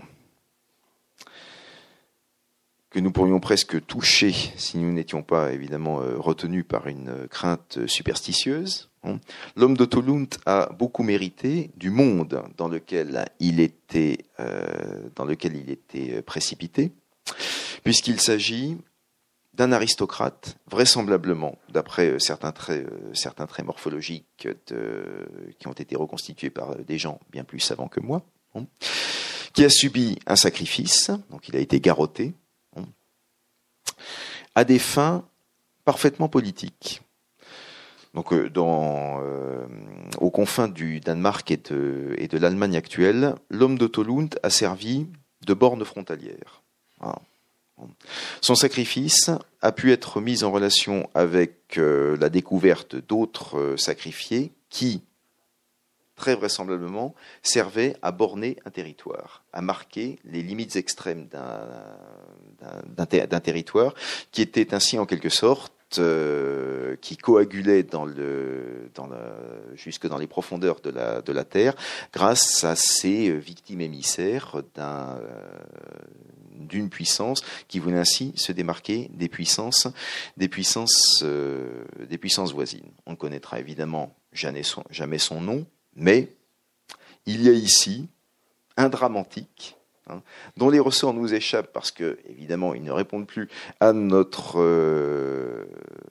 que nous pourrions presque toucher si nous n'étions pas évidemment retenus par une crainte superstitieuse. L'homme de Tolhunt a beaucoup mérité du monde dans lequel il était, euh, dans lequel il était précipité, puisqu'il s'agit d'un aristocrate, vraisemblablement, d'après certains traits, certains traits morphologiques de, qui ont été reconstitués par des gens bien plus savants que moi, hein, qui a subi un sacrifice, donc il a été garrotté, hein, à des fins parfaitement politiques. Donc, dans, euh, aux confins du Danemark et de, et de l'Allemagne actuelle, l'homme de Tolhunt a servi de borne frontalière. Voilà. Son sacrifice a pu être mis en relation avec euh, la découverte d'autres euh, sacrifiés qui, très vraisemblablement, servaient à borner un territoire, à marquer les limites extrêmes d'un, d'un, d'un, d'un territoire, qui était ainsi en quelque sorte Euh, qui coagulait dans le, dans la, jusque dans les profondeurs de la, de la terre, grâce à ces victimes émissaires d'un, euh, d'une puissance qui voulait ainsi se démarquer des puissances, des puissances, euh, des puissances voisines. On ne connaîtra évidemment jamais son, jamais son nom, mais il y a ici un drame antique, hein, dont les ressorts nous échappent parce que, évidemment, ils ne répondent plus à notre, euh,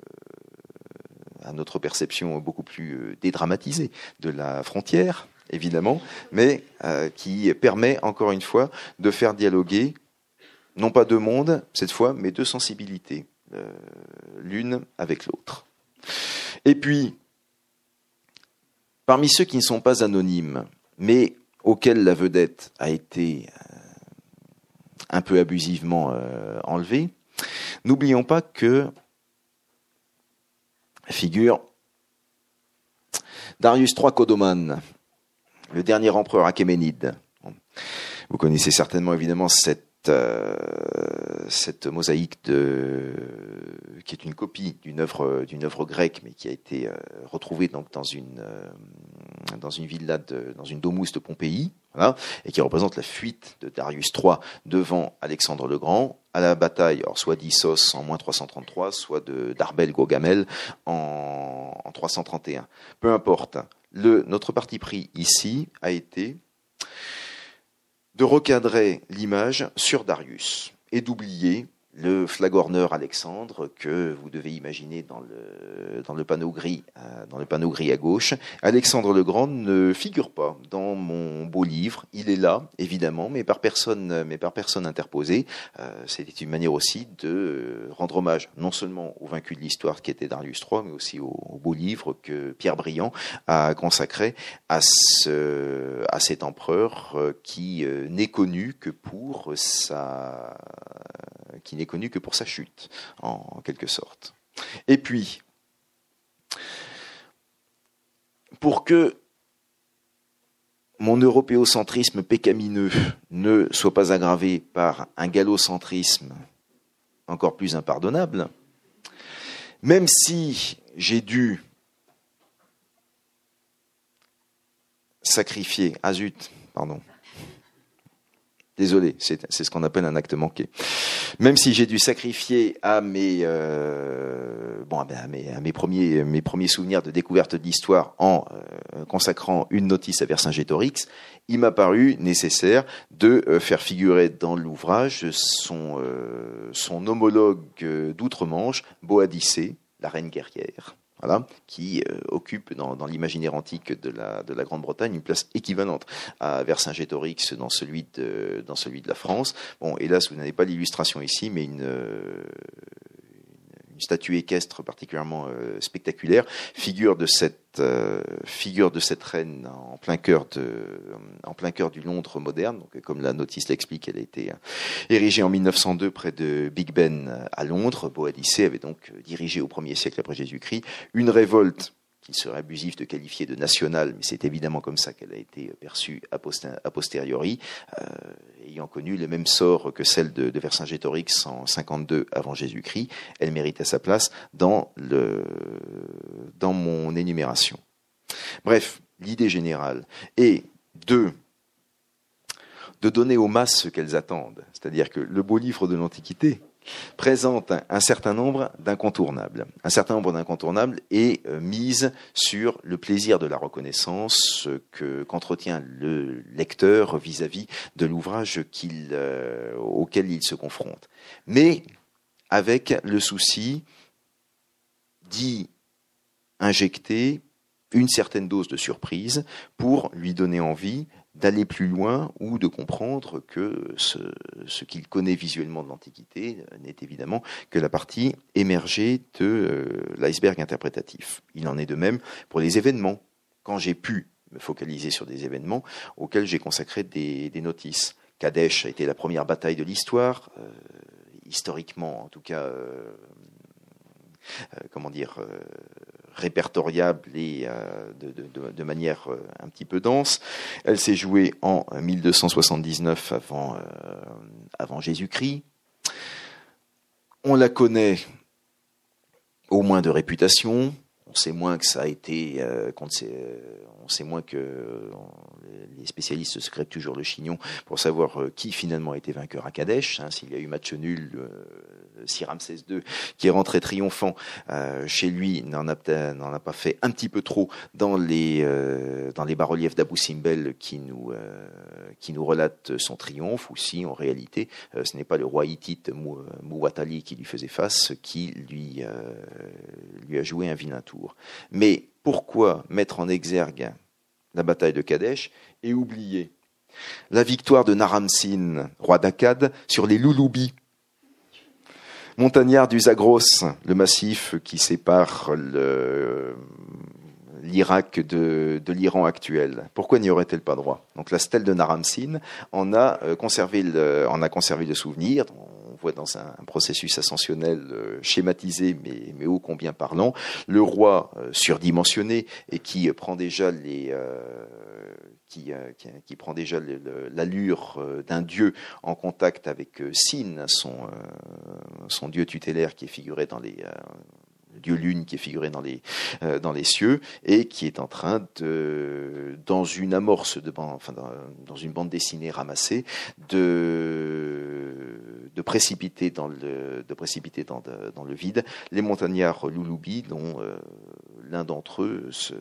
à notre perception beaucoup plus dédramatisée de la frontière, évidemment, mais euh, qui permet, encore une fois, de faire dialoguer, non pas deux mondes, cette fois, mais deux sensibilités, euh, l'une avec l'autre. Et puis, parmi ceux qui ne sont pas anonymes, mais auxquels la vedette a été un peu abusivement euh, enlevée, n'oublions pas que figure Darius trois Kodoman, le dernier empereur achéménide. Vous connaissez certainement évidemment cette euh, cette mosaïque de, qui est une copie d'une œuvre d'une œuvre grecque, mais qui a été euh, retrouvée donc dans une euh, dans une villa de, dans une domus de Pompéi, voilà, et qui représente la fuite de Darius trois devant Alexandre le Grand à la bataille, alors soit d'Issos en moins trois cent trente-trois, soit de d'Arbel Gaugamel en, en trois cent trente et un. Peu importe. Le, notre parti pris ici a été de recadrer l'image sur Darius et d'oublier le flagorneur Alexandre que vous devez imaginer dans le, dans le panneau gris, euh, dans le panneau gris à gauche. Alexandre le Grand ne figure pas dans mon beau livre. Il est là, évidemment, mais par personne, mais par personne interposée. Euh, c'était une manière aussi de rendre hommage non seulement au vaincu de l'histoire qui était Darius trois, mais aussi au, au beau livre que Pierre Briand a consacré à ce, à cet empereur qui n'est connu que pour sa qui n'est connu que pour sa chute, en, en quelque sorte. Et puis, pour que mon européocentrisme pécamineux ne soit pas aggravé par un gallocentrisme encore plus impardonnable, même si j'ai dû sacrifier, ah zut, pardon, désolé, c'est, c'est ce qu'on appelle un acte manqué. Même si j'ai dû sacrifier à mes, euh, bon, à mes, à mes premiers, mes premiers souvenirs de découverte de l'histoire en euh, consacrant une notice à Vercingétorix, il m'a paru nécessaire de euh, faire figurer dans l'ouvrage son, euh, son homologue euh, d'outre-Manche, Boadicée, la reine guerrière. Voilà, qui euh, occupe dans, dans l'imaginaire antique de la, de la Grande-Bretagne une place équivalente à Vercingétorix dans celui de, dans celui de la France. Bon, hélas, vous n'avez pas l'illustration ici, mais une, euh, une statue équestre particulièrement euh, spectaculaire, figure de cette euh, figure de cette reine en plein cœur de en plein cœur du Londres moderne. Donc, comme la notice l'explique, elle a été érigée en mille neuf cent deux près de Big Ben à Londres. Boadicée avait donc dirigé au premier siècle après Jésus-Christ une révolte qu'il serait abusif de qualifier de nationale, mais c'est évidemment comme ça qu'elle a été perçue a posteriori, euh, ayant connu le même sort que celle de, de Vercingétorix en cinquante-deux avant Jésus-Christ. Elle méritait sa place dans, le, dans mon énumération. Bref, l'idée générale est de, de donner aux masses ce qu'elles attendent, c'est-à-dire que le beau livre de l'Antiquité présente un, un certain nombre d'incontournables. Un certain nombre d'incontournables et euh, mise sur le plaisir de la reconnaissance que, qu'entretient le lecteur vis-à-vis de l'ouvrage qu'il, euh, auquel il se confronte. Mais avec le souci d'y injecter une certaine dose de surprise pour lui donner envie d'aller plus loin ou de comprendre que ce, ce qu'il connaît visuellement de l'Antiquité n'est évidemment que la partie émergée de euh, l'iceberg interprétatif. Il en est de même pour les événements. Quand j'ai pu me focaliser sur des événements auxquels j'ai consacré des, des notices. Kadesh a été la première bataille de l'histoire, euh, historiquement en tout cas, euh, euh, comment dire, euh, répertoriable et euh, de, de, de manière euh, un petit peu dense. Elle s'est jouée en mille deux cent soixante-dix-neuf avant, euh, avant Jésus-Christ. On la connaît au moins de réputation. On sait moins que ça a été, euh, qu'on sait, euh, on sait moins que euh, les spécialistes se crêpent toujours le chignon pour savoir euh, qui finalement a été vainqueur à Kadesh. Hein, s'il y a eu match nul, euh, si Ramsès deux, qui est rentré triomphant euh, chez lui, n'en a, n'en a pas fait un petit peu trop dans les, euh, dans les bas-reliefs d'Abou Simbel qui nous, euh, qui nous relatent son triomphe, ou si en réalité euh, ce n'est pas le roi hittite Mou, Mouwatali qui lui faisait face, qui lui, euh, lui a joué un vilain tour. Mais pourquoi mettre en exergue la bataille de Kadesh et oublier la victoire de Naram-Sin, roi d'Akkad, sur les Louloubis, montagnards du Zagros, le massif qui sépare le, l'Irak de, de l'Iran actuel. Pourquoi n'y aurait-elle pas droit? Donc la stèle de Naram-Sin en a conservé le, en a conservé le souvenir. On voit dans un, un processus ascensionnel euh, schématisé, mais, mais ô combien parlant, le roi euh, surdimensionné et qui euh, prend déjà les, euh, qui, euh, qui, qui prend déjà le, le, l'allure euh, d'un dieu en contact avec euh, Sin, son, euh, son dieu tutélaire qui est figuré dans les euh, Dieu lune qui est figuré dans les euh, dans les cieux et qui est en train de, dans une amorce de bande, enfin dans, dans une bande dessinée ramassée, de de précipiter dans le de précipiter dans de, dans le vide les montagnards Louloubis, dont euh, l'un d'entre eux se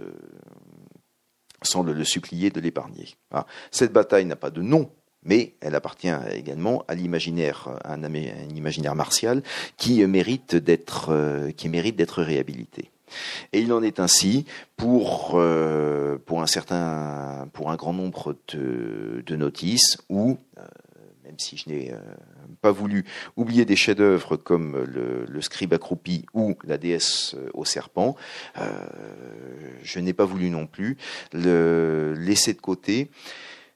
semble le supplier de l'épargner. Ah, cette bataille n'a pas de nom, mais elle appartient également à l'imaginaire, à un, un imaginaire martial qui mérite d'être, qui mérite d'être réhabilité. Et il en est ainsi pour, euh, pour un certain, pour un grand nombre de, de notices où, euh, même si je n'ai euh, pas voulu oublier des chefs-d'œuvre comme le, le scribe accroupi ou la déesse au serpent, euh, je n'ai pas voulu non plus le laisser de côté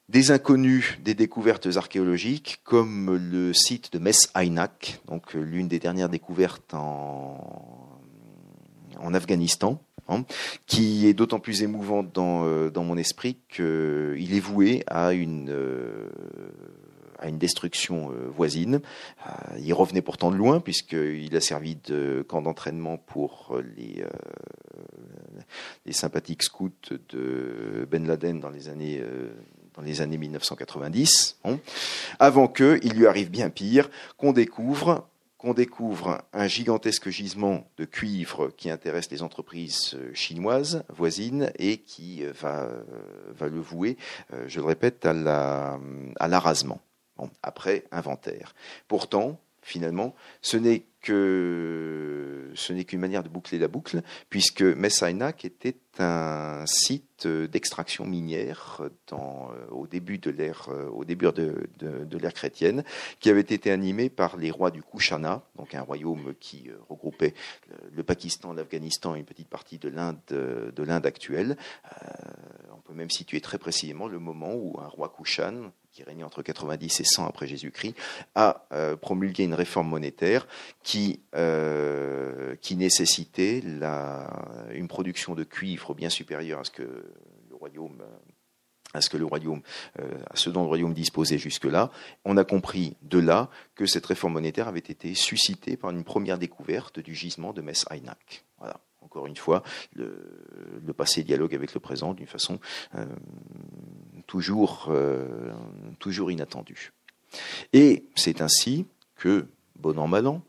Des inconnus des découvertes archéologiques, comme le site de Mes Aynak, donc l'une des dernières découvertes en, en Afghanistan, hein, qui est d'autant plus émouvante dans, dans mon esprit qu'il est voué à une, à une destruction voisine. Il revenait pourtant de loin, puisqu'il a servi de camp d'entraînement pour les, les sympathiques scouts de Ben Laden dans les années... dans les années mille neuf cent quatre-vingt-dix, hein, avant qu'il lui arrive bien pire, qu'on découvre, qu'on découvre un gigantesque gisement de cuivre qui intéresse les entreprises chinoises voisines et qui va, va le vouer, je le répète, à, la, à l'arasement, bon, après inventaire. Pourtant, finalement, ce n'est que ce n'est qu'une manière de boucler la boucle, puisque Mes Aynak était un site d'extraction minière dans, au début de l'ère au début de, de, de l'ère chrétienne, qui avait été animé par les rois du Kushana, donc un royaume qui regroupait le Pakistan, l'Afghanistan et une petite partie de l'Inde de l'Inde actuelle. Euh, on peut même situer très précisément le moment où un roi Kushan, qui régnait entre quatre-vingt-dix et cent après Jésus-Christ, a euh, promulgué une réforme monétaire qui, euh, qui nécessitait la, une production de cuivre bien supérieure à ce que le royaume, à ce que le royaume, euh, à ce dont le royaume disposait jusque-là. On a compris de là que cette réforme monétaire avait été suscitée par une première découverte du gisement de Mes Aynak. Voilà. Encore une fois, le, le passé dialogue avec le présent d'une façon euh, toujours, euh, toujours inattendue. Et c'est ainsi que, bon an, mal an,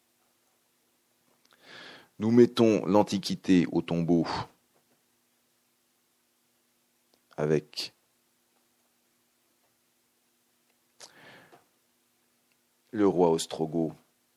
nous mettons l'Antiquité au tombeau avec le roi ostrogoth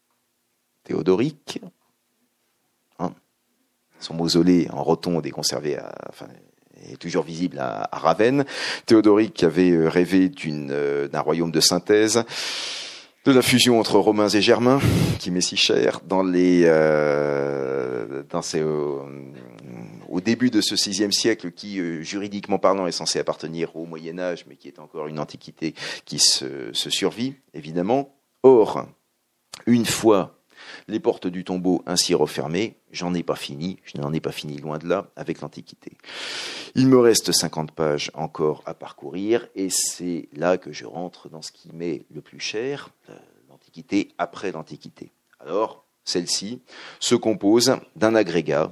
Théodoric. Hein, son mausolée en rotonde est conservé à, enfin, est toujours visible à, à Ravenne. Théodoric avait rêvé d'une, euh, d'un royaume de synthèse, de la fusion entre Romains et Germains, qui m'est si cher, dans les, euh, dans ces, euh, au début de ce sixième siècle, qui, euh, juridiquement parlant, est censé appartenir au Moyen-Âge, mais qui est encore une antiquité qui se, se survit, évidemment. Or, une fois les portes du tombeau ainsi refermées, j'en ai pas fini, je n'en ai pas fini loin de là avec l'Antiquité. Il me reste cinquante pages encore à parcourir et c'est là que je rentre dans ce qui m'est le plus cher, l'Antiquité après l'Antiquité. Alors, celle-ci se compose d'un agrégat.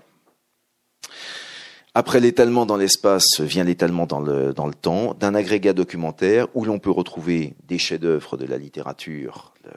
Après l'étalement dans l'espace vient l'étalement dans le, dans le temps, d'un agrégat documentaire où l'on peut retrouver des chefs-d'œuvre de la littérature euh,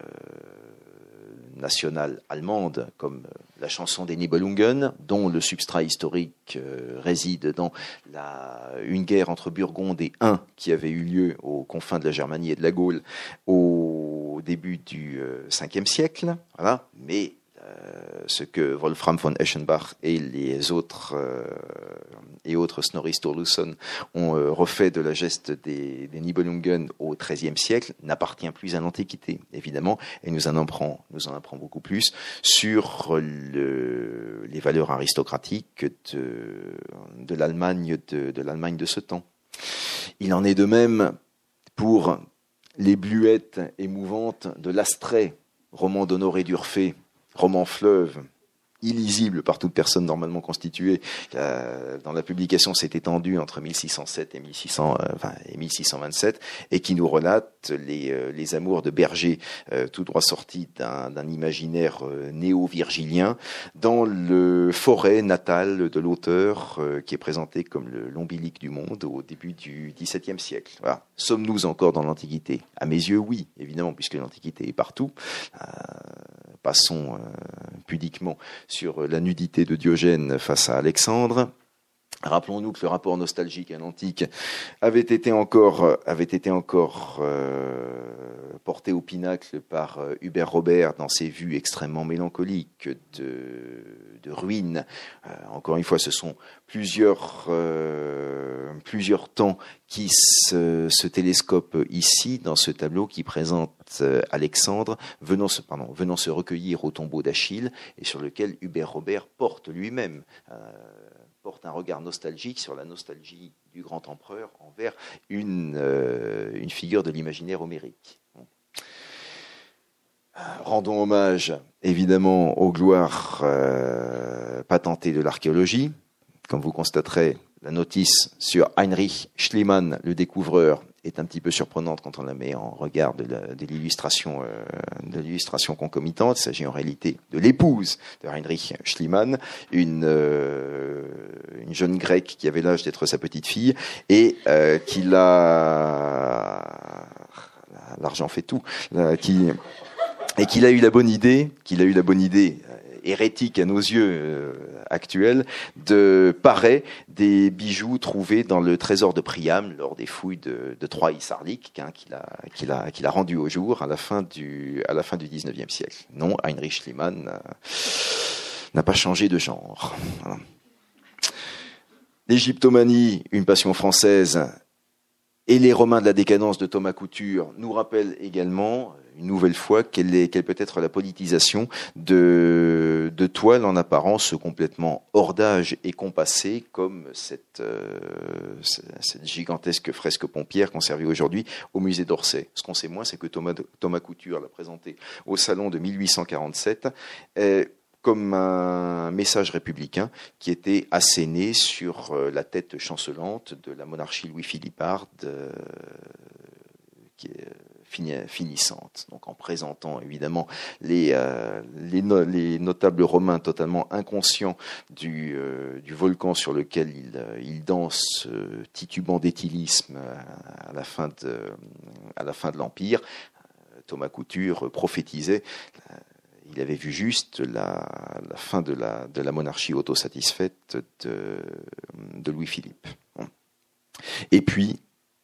nationale allemande, comme la chanson des Nibelungen, dont le substrat historique euh, réside dans la, une guerre entre Burgonde et Huns qui avait eu lieu aux confins de la Germanie et de la Gaule au début du euh, cinquième siècle. Voilà. Mais euh, ce que Wolfram von Eschenbach et les autres euh, et autres Snorri Sturluson ont euh, refait de la geste des, des Nibelungen au treizième siècle n'appartient plus à l'Antiquité, évidemment, et nous en apprend, nous en apprend beaucoup plus sur le, les valeurs aristocratiques de, de l'Allemagne de, de l'Allemagne de ce temps. Il en est de même pour les bluettes émouvantes de l'Astrée, roman d'Honoré d'Urfé, roman fleuve, illisible par toute personne normalement constituée. Euh, dans la publication, s'est étendu entre mille six cent sept et, mille six cents, euh, enfin, et mille six cent vingt-sept, et qui nous relate les, euh, les amours de berger, euh, tout droit sortis d'un, d'un imaginaire euh, néo-virgilien, dans le forêt natal de l'auteur, euh, qui est présenté comme le, l'ombilic du monde au début du dix-septième siècle. Voilà. Sommes-nous encore dans l'Antiquité ? À mes yeux, oui, évidemment, puisque l'Antiquité est partout. Euh, passons euh, pudiquement sur la nudité de Diogène face à Alexandre. Rappelons-nous que le rapport nostalgique à l'antique avait été encore, avait été encore euh, porté au pinacle par Hubert Robert dans ses vues extrêmement mélancoliques de, de ruines. Euh, encore une fois, ce sont plusieurs, euh, plusieurs temps qui se, se télescopent ici, dans ce tableau qui présente euh, Alexandre venant se, pardon, venant se recueillir au tombeau d'Achille et sur lequel Hubert Robert porte lui-même euh, porte un regard nostalgique sur la nostalgie du grand empereur envers une, euh, une figure de l'imaginaire homérique. Rendons hommage, évidemment, aux gloires euh, patentées de l'archéologie. Comme vous constaterez, la notice sur Heinrich Schliemann, le découvreur, est un petit peu surprenante quand on la met en regard de, la, de l'illustration euh, de l'illustration concomitante. Il s'agit en réalité de l'épouse de Heinrich Schliemann, une, euh, une jeune grecque qui avait l'âge d'être sa petite fille et euh, qui l'a... L'argent fait tout. Là, qui... Et qu'il a eu la bonne idée, qu'il a eu la bonne idée hérétique à nos yeux euh, actuels, de parer des bijoux trouvés dans le trésor de Priam lors des fouilles de, de Troie Sarlik, hein, qu'il a, qu'il a, qu'il a rendu au jour à la fin du, à la fin du dix-neuvième siècle. Non, Heinrich Schliemann euh, n'a pas changé de genre. Voilà. L'égyptomanie, une passion française, et les Romains de la décadence de Thomas Couture nous rappellent également, une nouvelle fois, quelle, est, quelle peut être la politisation de, de toiles en apparence complètement hors d'âge et compassées, comme cette, euh, cette gigantesque fresque pompière conservée aujourd'hui au musée d'Orsay. Ce qu'on sait moins, c'est que Thomas, Thomas Couture l'a présentée au salon de mille huit cent quarante-sept. Euh, comme un message républicain qui était asséné sur la tête chancelante de la monarchie Louis-Philipparde, euh, qui est finissante. Donc en présentant évidemment les, euh, les, no- les notables romains totalement inconscients du, euh, du volcan sur lequel ils, ils dansent, euh, titubant d'éthylisme à la fin de, à la fin de l'Empire, Thomas Couture prophétisait. Il avait vu juste la, la fin de la, de la monarchie autosatisfaite de, de Louis-Philippe. Et puis,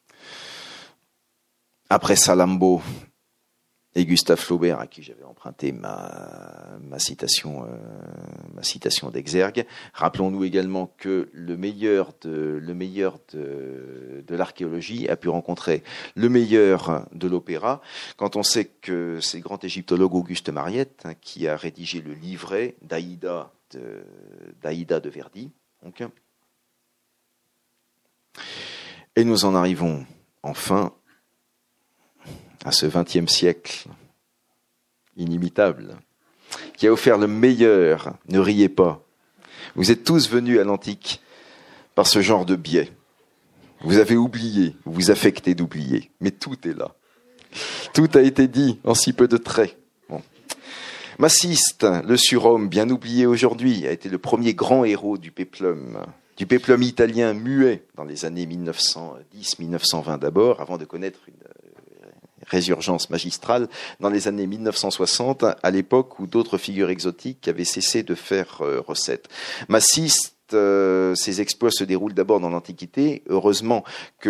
après Salammbô et Gustave Flaubert, à qui j'avais emprunté ma, ma citation, euh, ma citation d'Exergue, rappelons-nous également que le meilleur de, le meilleur de, de l'archéologie a pu rencontrer le meilleur de l'opéra, quand on sait que c'est le grand égyptologue Auguste Mariette, hein, qui a rédigé le livret d'Aïda de, d'Aïda de Verdi. Donc, et nous en arrivons enfin à ce vingtième siècle inimitable, qui a offert le meilleur. Ne riez pas. Vous êtes tous venus à l'antique par ce genre de biais. Vous avez oublié, vous vous affectez d'oublier, mais tout est là. Tout a été dit en si peu de traits. Bon. Massiste, le surhomme, bien oublié aujourd'hui, a été le premier grand héros du péplum, du péplum italien muet dans les années mille neuf cent dix mille neuf cent vingt d'abord, avant de connaître une résurgence magistrale dans les années mille neuf cent soixante, à l'époque où d'autres figures exotiques avaient cessé de faire euh, recette. Massiste, euh, ses exploits se déroulent d'abord dans l'Antiquité. Heureusement que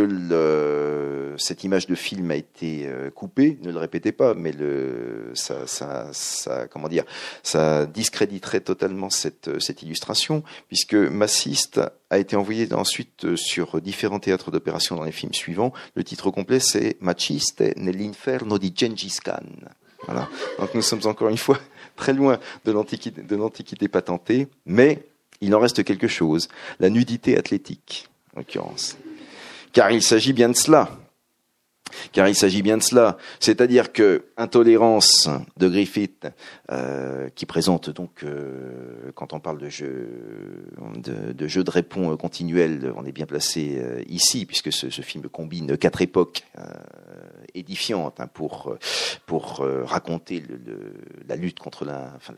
le, cette image de film a été euh, coupée. Ne le répétez pas, mais le, ça, ça, ça, comment dire, ça discréditerait totalement cette, cette illustration, puisque Massiste a été envoyé ensuite sur différents théâtres d'opération dans les films suivants. Le titre complet, c'est Maciste nell'inferno di Gengis Khan. Voilà. Donc nous sommes encore une fois très loin de l'antiquité, de l'antiquité patentée, mais il en reste quelque chose, la nudité athlétique, en l'occurrence. Car il s'agit bien de cela. Car il s'agit bien de cela, c'est-à-dire que Intolérance de Griffith, euh, qui présente donc, euh, quand on parle de jeu de, de jeu de répons continuel, on est bien placé euh, ici, puisque ce, ce film combine quatre époques euh, édifiantes hein, pour pour euh, raconter le, le, la lutte contre la, enfin,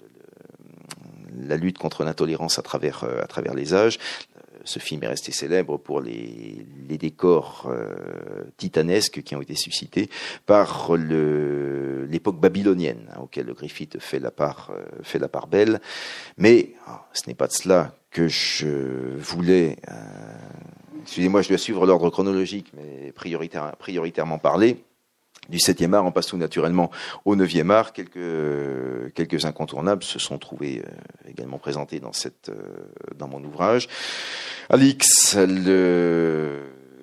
le, la lutte contre l'intolérance à travers euh, à travers les âges. Ce film est resté célèbre pour les, les décors euh, titanesques qui ont été suscités par le, l'époque babylonienne, hein, auquel Griffith fait la part, euh, fait la part belle. Mais oh, ce n'est pas de cela que je voulais... Euh, excusez-moi, je dois suivre l'ordre chronologique, mais prioritaire, prioritairement parler. du septième art, on passe tout naturellement au neuvième art. Quelques, quelques incontournables se sont trouvés euh, également présentés dans, cette, euh, dans mon ouvrage. Alix le,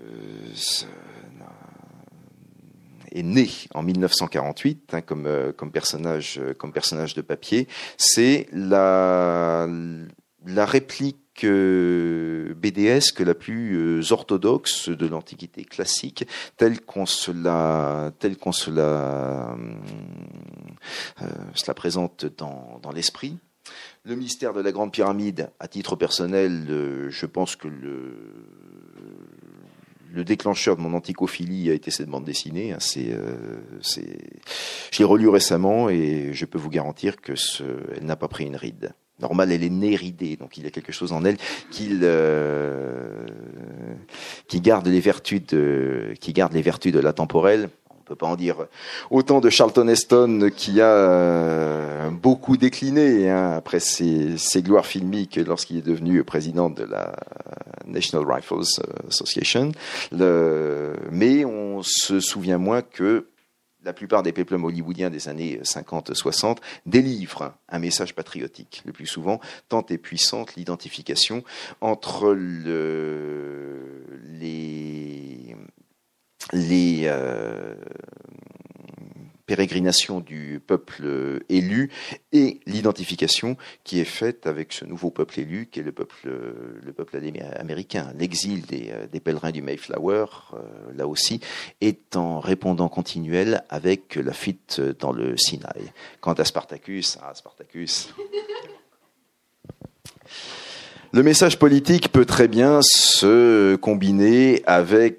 est né en mille neuf cent quarante-huit hein, comme, euh, comme, personnage, comme personnage de papier. C'est la, la réplique B D S que la plus orthodoxe de l'Antiquité classique, telle qu'on se la, telle qu'on se la, euh, se la présente dans, dans l'esprit. Le mystère de la Grande Pyramide, à titre personnel, euh, je pense que le, le déclencheur de mon antiquophilie a été cette bande dessinée. Hein, c'est, euh, c'est, je l'ai relue récemment et je peux vous garantir que ce, elle n'a pas pris une ride. Normal, elle est née ridée, donc il y a quelque chose en elle qui, euh, qui garde les vertus de, qui garde les vertus de la temporelle. On peut pas en dire autant de Charlton Heston qui a euh, beaucoup décliné hein, après ses, ses gloires filmiques lorsqu'il est devenu président de la National Rifles Association. Le, mais on se souvient moins que la plupart des péplums hollywoodiens des années cinquante soixante délivrent un message patriotique. Le plus souvent, tant est puissante l'identification entre le, les, les euh, pérégrinations du peuple élu et l'identification qui est faite avec ce nouveau peuple élu qui est le peuple, le peuple américain. L'exil des, des pèlerins du Mayflower, euh, là aussi, est en répondant continuel avec la fuite dans le Sinaï. Quant à Spartacus, ah Spartacus... Le message politique peut très bien se combiner avec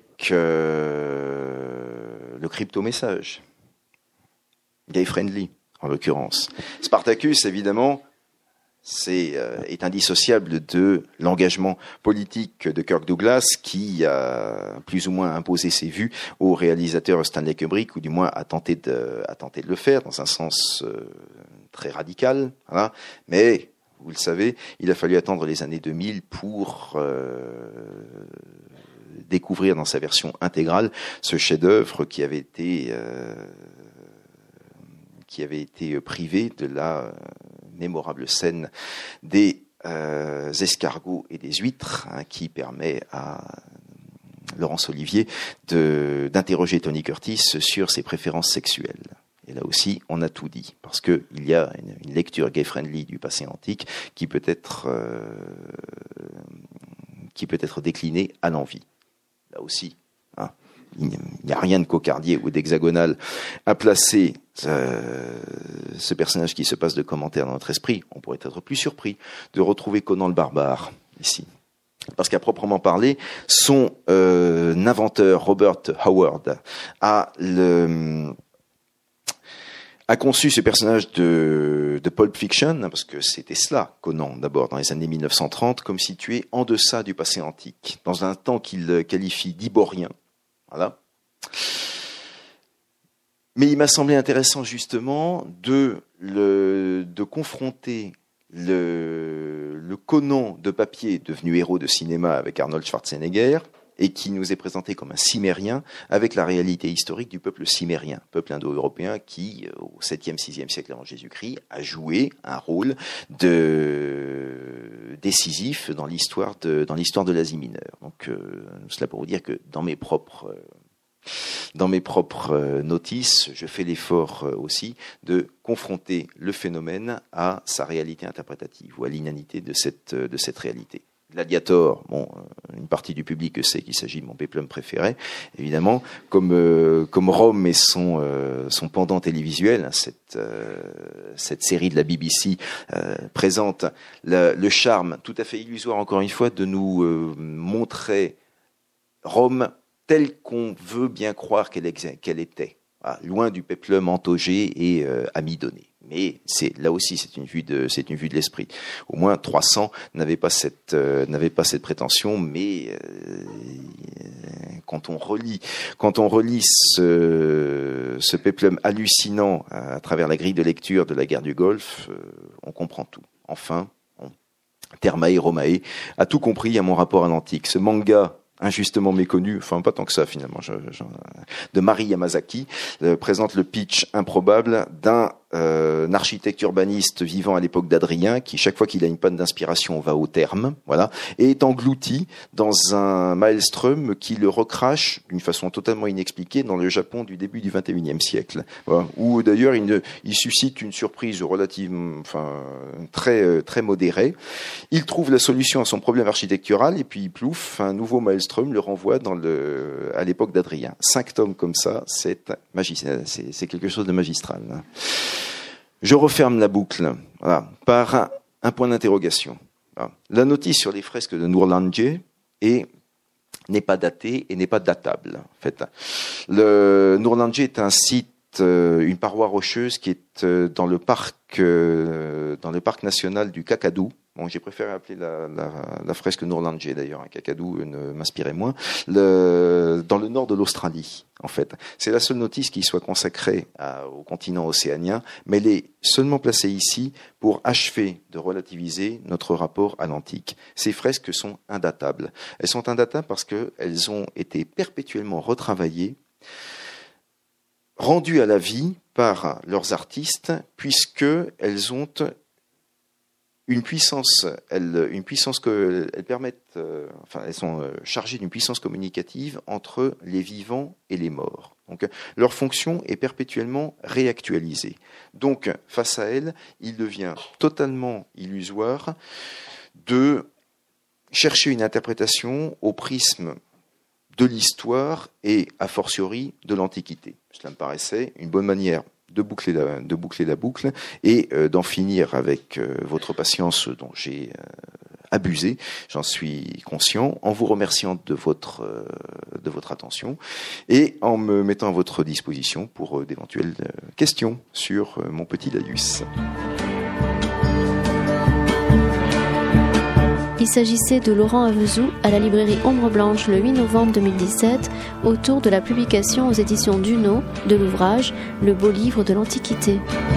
euh, le crypto-message. Gay-friendly, en l'occurrence. Spartacus, évidemment, c'est, euh, est indissociable de l'engagement politique de Kirk Douglas, qui a plus ou moins imposé ses vues au réalisateur Stanley Kubrick, ou du moins a tenté de, a tenté de le faire dans un sens euh, très radical. Voilà. Mais, vous le savez, il a fallu attendre les années deux mille pour... Euh, découvrir dans sa version intégrale ce chef-d'œuvre qui avait été... Euh, qui avait été privé de la mémorable scène des euh, escargots et des huîtres, hein, qui permet à Laurence Olivier de, d'interroger Tony Curtis sur ses préférences sexuelles. Et là aussi, on a tout dit, parce qu'il y a une, une lecture gay-friendly du passé antique qui peut être, euh, qui peut être déclinée à l'envi. Là aussi, hein, il n'y a rien de cocardier ou d'hexagonal à placer euh, ce personnage qui se passe de commentaires dans notre esprit. On pourrait être plus surpris de retrouver Conan le barbare ici. Parce qu'à proprement parler, son euh, inventeur, Robert Howard, a, le, a conçu ce personnage de, de Pulp Fiction, parce que c'était cela, Conan, d'abord, dans les années mille neuf cent trente, comme situé en deçà du passé antique, dans un temps qu'il qualifie d'iborien. Voilà. Mais il m'a semblé intéressant justement de, le, de confronter le, le Conan de papier devenu héros de cinéma avec Arnold Schwarzenegger et qui nous est présenté comme un cimérien avec la réalité historique du peuple cimérien, peuple indo-européen qui, au septième, sixième siècle avant Jésus-Christ, a joué un rôle de... décisif dans l'histoire de, dans l'histoire de l'Asie mineure. Donc, euh, cela pour vous dire que dans mes propres... Euh, Dans mes propres notices, je fais l'effort aussi de confronter le phénomène à sa réalité interprétative ou à l'inanité de cette, de cette réalité. Gladiator, bon, une partie du public sait qu'il s'agit de mon péplum préféré, évidemment, comme, euh, comme Rome et son, euh, son pendant télévisuel, cette, euh, cette série de la B B C euh, présente la, le charme tout à fait illusoire, encore une fois, de nous euh, montrer Rome telle qu'on veut bien croire qu'elle, qu'elle était, ah, loin du péplum antaugé et euh, amidonné. Mais c'est là aussi c'est une vue de c'est une vue de l'esprit. Au moins trois cents n'avaient pas cette euh, n'avaient pas cette prétention, mais euh, quand on relit quand on relit ce, ce péplum hallucinant à, à travers la grille de lecture de la guerre du Golfe, euh, on comprend tout. Enfin, on, Thermae Romae a tout compris à mon rapport à l'antique. Ce manga injustement méconnu, enfin pas tant que ça finalement, je, je, de Mari Yamazaki, euh, présente le pitch improbable d'un euh, architecte urbaniste vivant à l'époque d'Adrien, qui chaque fois qu'il a une panne d'inspiration va au terme, voilà, et est englouti dans un maelstrom qui le recrache d'une façon totalement inexpliquée dans le Japon du début du vingt et unième siècle, voilà, où d'ailleurs il, il suscite une surprise relative, enfin très très modérée. Il trouve la solution à son problème architectural et puis plouf, un nouveau maelstrom le renvoie dans le à l'époque d'Adrien. Cinq tomes comme ça, c'est magistral, c'est, c'est quelque chose de magistral. Je referme la boucle, voilà, par un, un point d'interrogation. Voilà. La notice sur les fresques de Noorlange est n'est pas datée et n'est pas datable. En fait, le Noorlange est un site, euh, une paroi rocheuse qui est euh, dans le parc, euh, dans le parc national du Kakadu. Bon, j'ai préféré appeler la, la, la fresque Noorlange d'ailleurs, un Kakadu ne m'inspirait moins. Le, dans le nord de l'Australie, en fait, c'est la seule notice qui soit consacrée à, au continent océanien, mais elle est seulement placée ici pour achever de relativiser notre rapport à l'antique. Ces fresques sont indatables. Elles sont indatables parce que elles ont été perpétuellement retravaillées, rendues à la vie par leurs artistes, puisque elles ont une puissance, elles, une puissance que elles permettent, euh, enfin, elles sont euh, chargées d'une puissance communicative entre les vivants et les morts. Donc, leur fonction est perpétuellement réactualisée. Donc, face à elles, il devient totalement illusoire de chercher une interprétation au prisme de l'histoire et, a fortiori, de l'Antiquité. Cela me paraissait une bonne manière de boucler la, de boucler la boucle et euh, d'en finir avec euh, votre patience dont j'ai euh, abusé, j'en suis conscient, en vous remerciant de votre, euh, de votre attention et en me mettant à votre disposition pour euh, d'éventuelles euh, questions sur euh, mon petit laïus. Il s'agissait de Laurent Avezoux à la librairie Ombre Blanche le huit novembre deux mille dix-sept autour de la publication aux éditions Duno de l'ouvrage Le beau livre de l'Antiquité.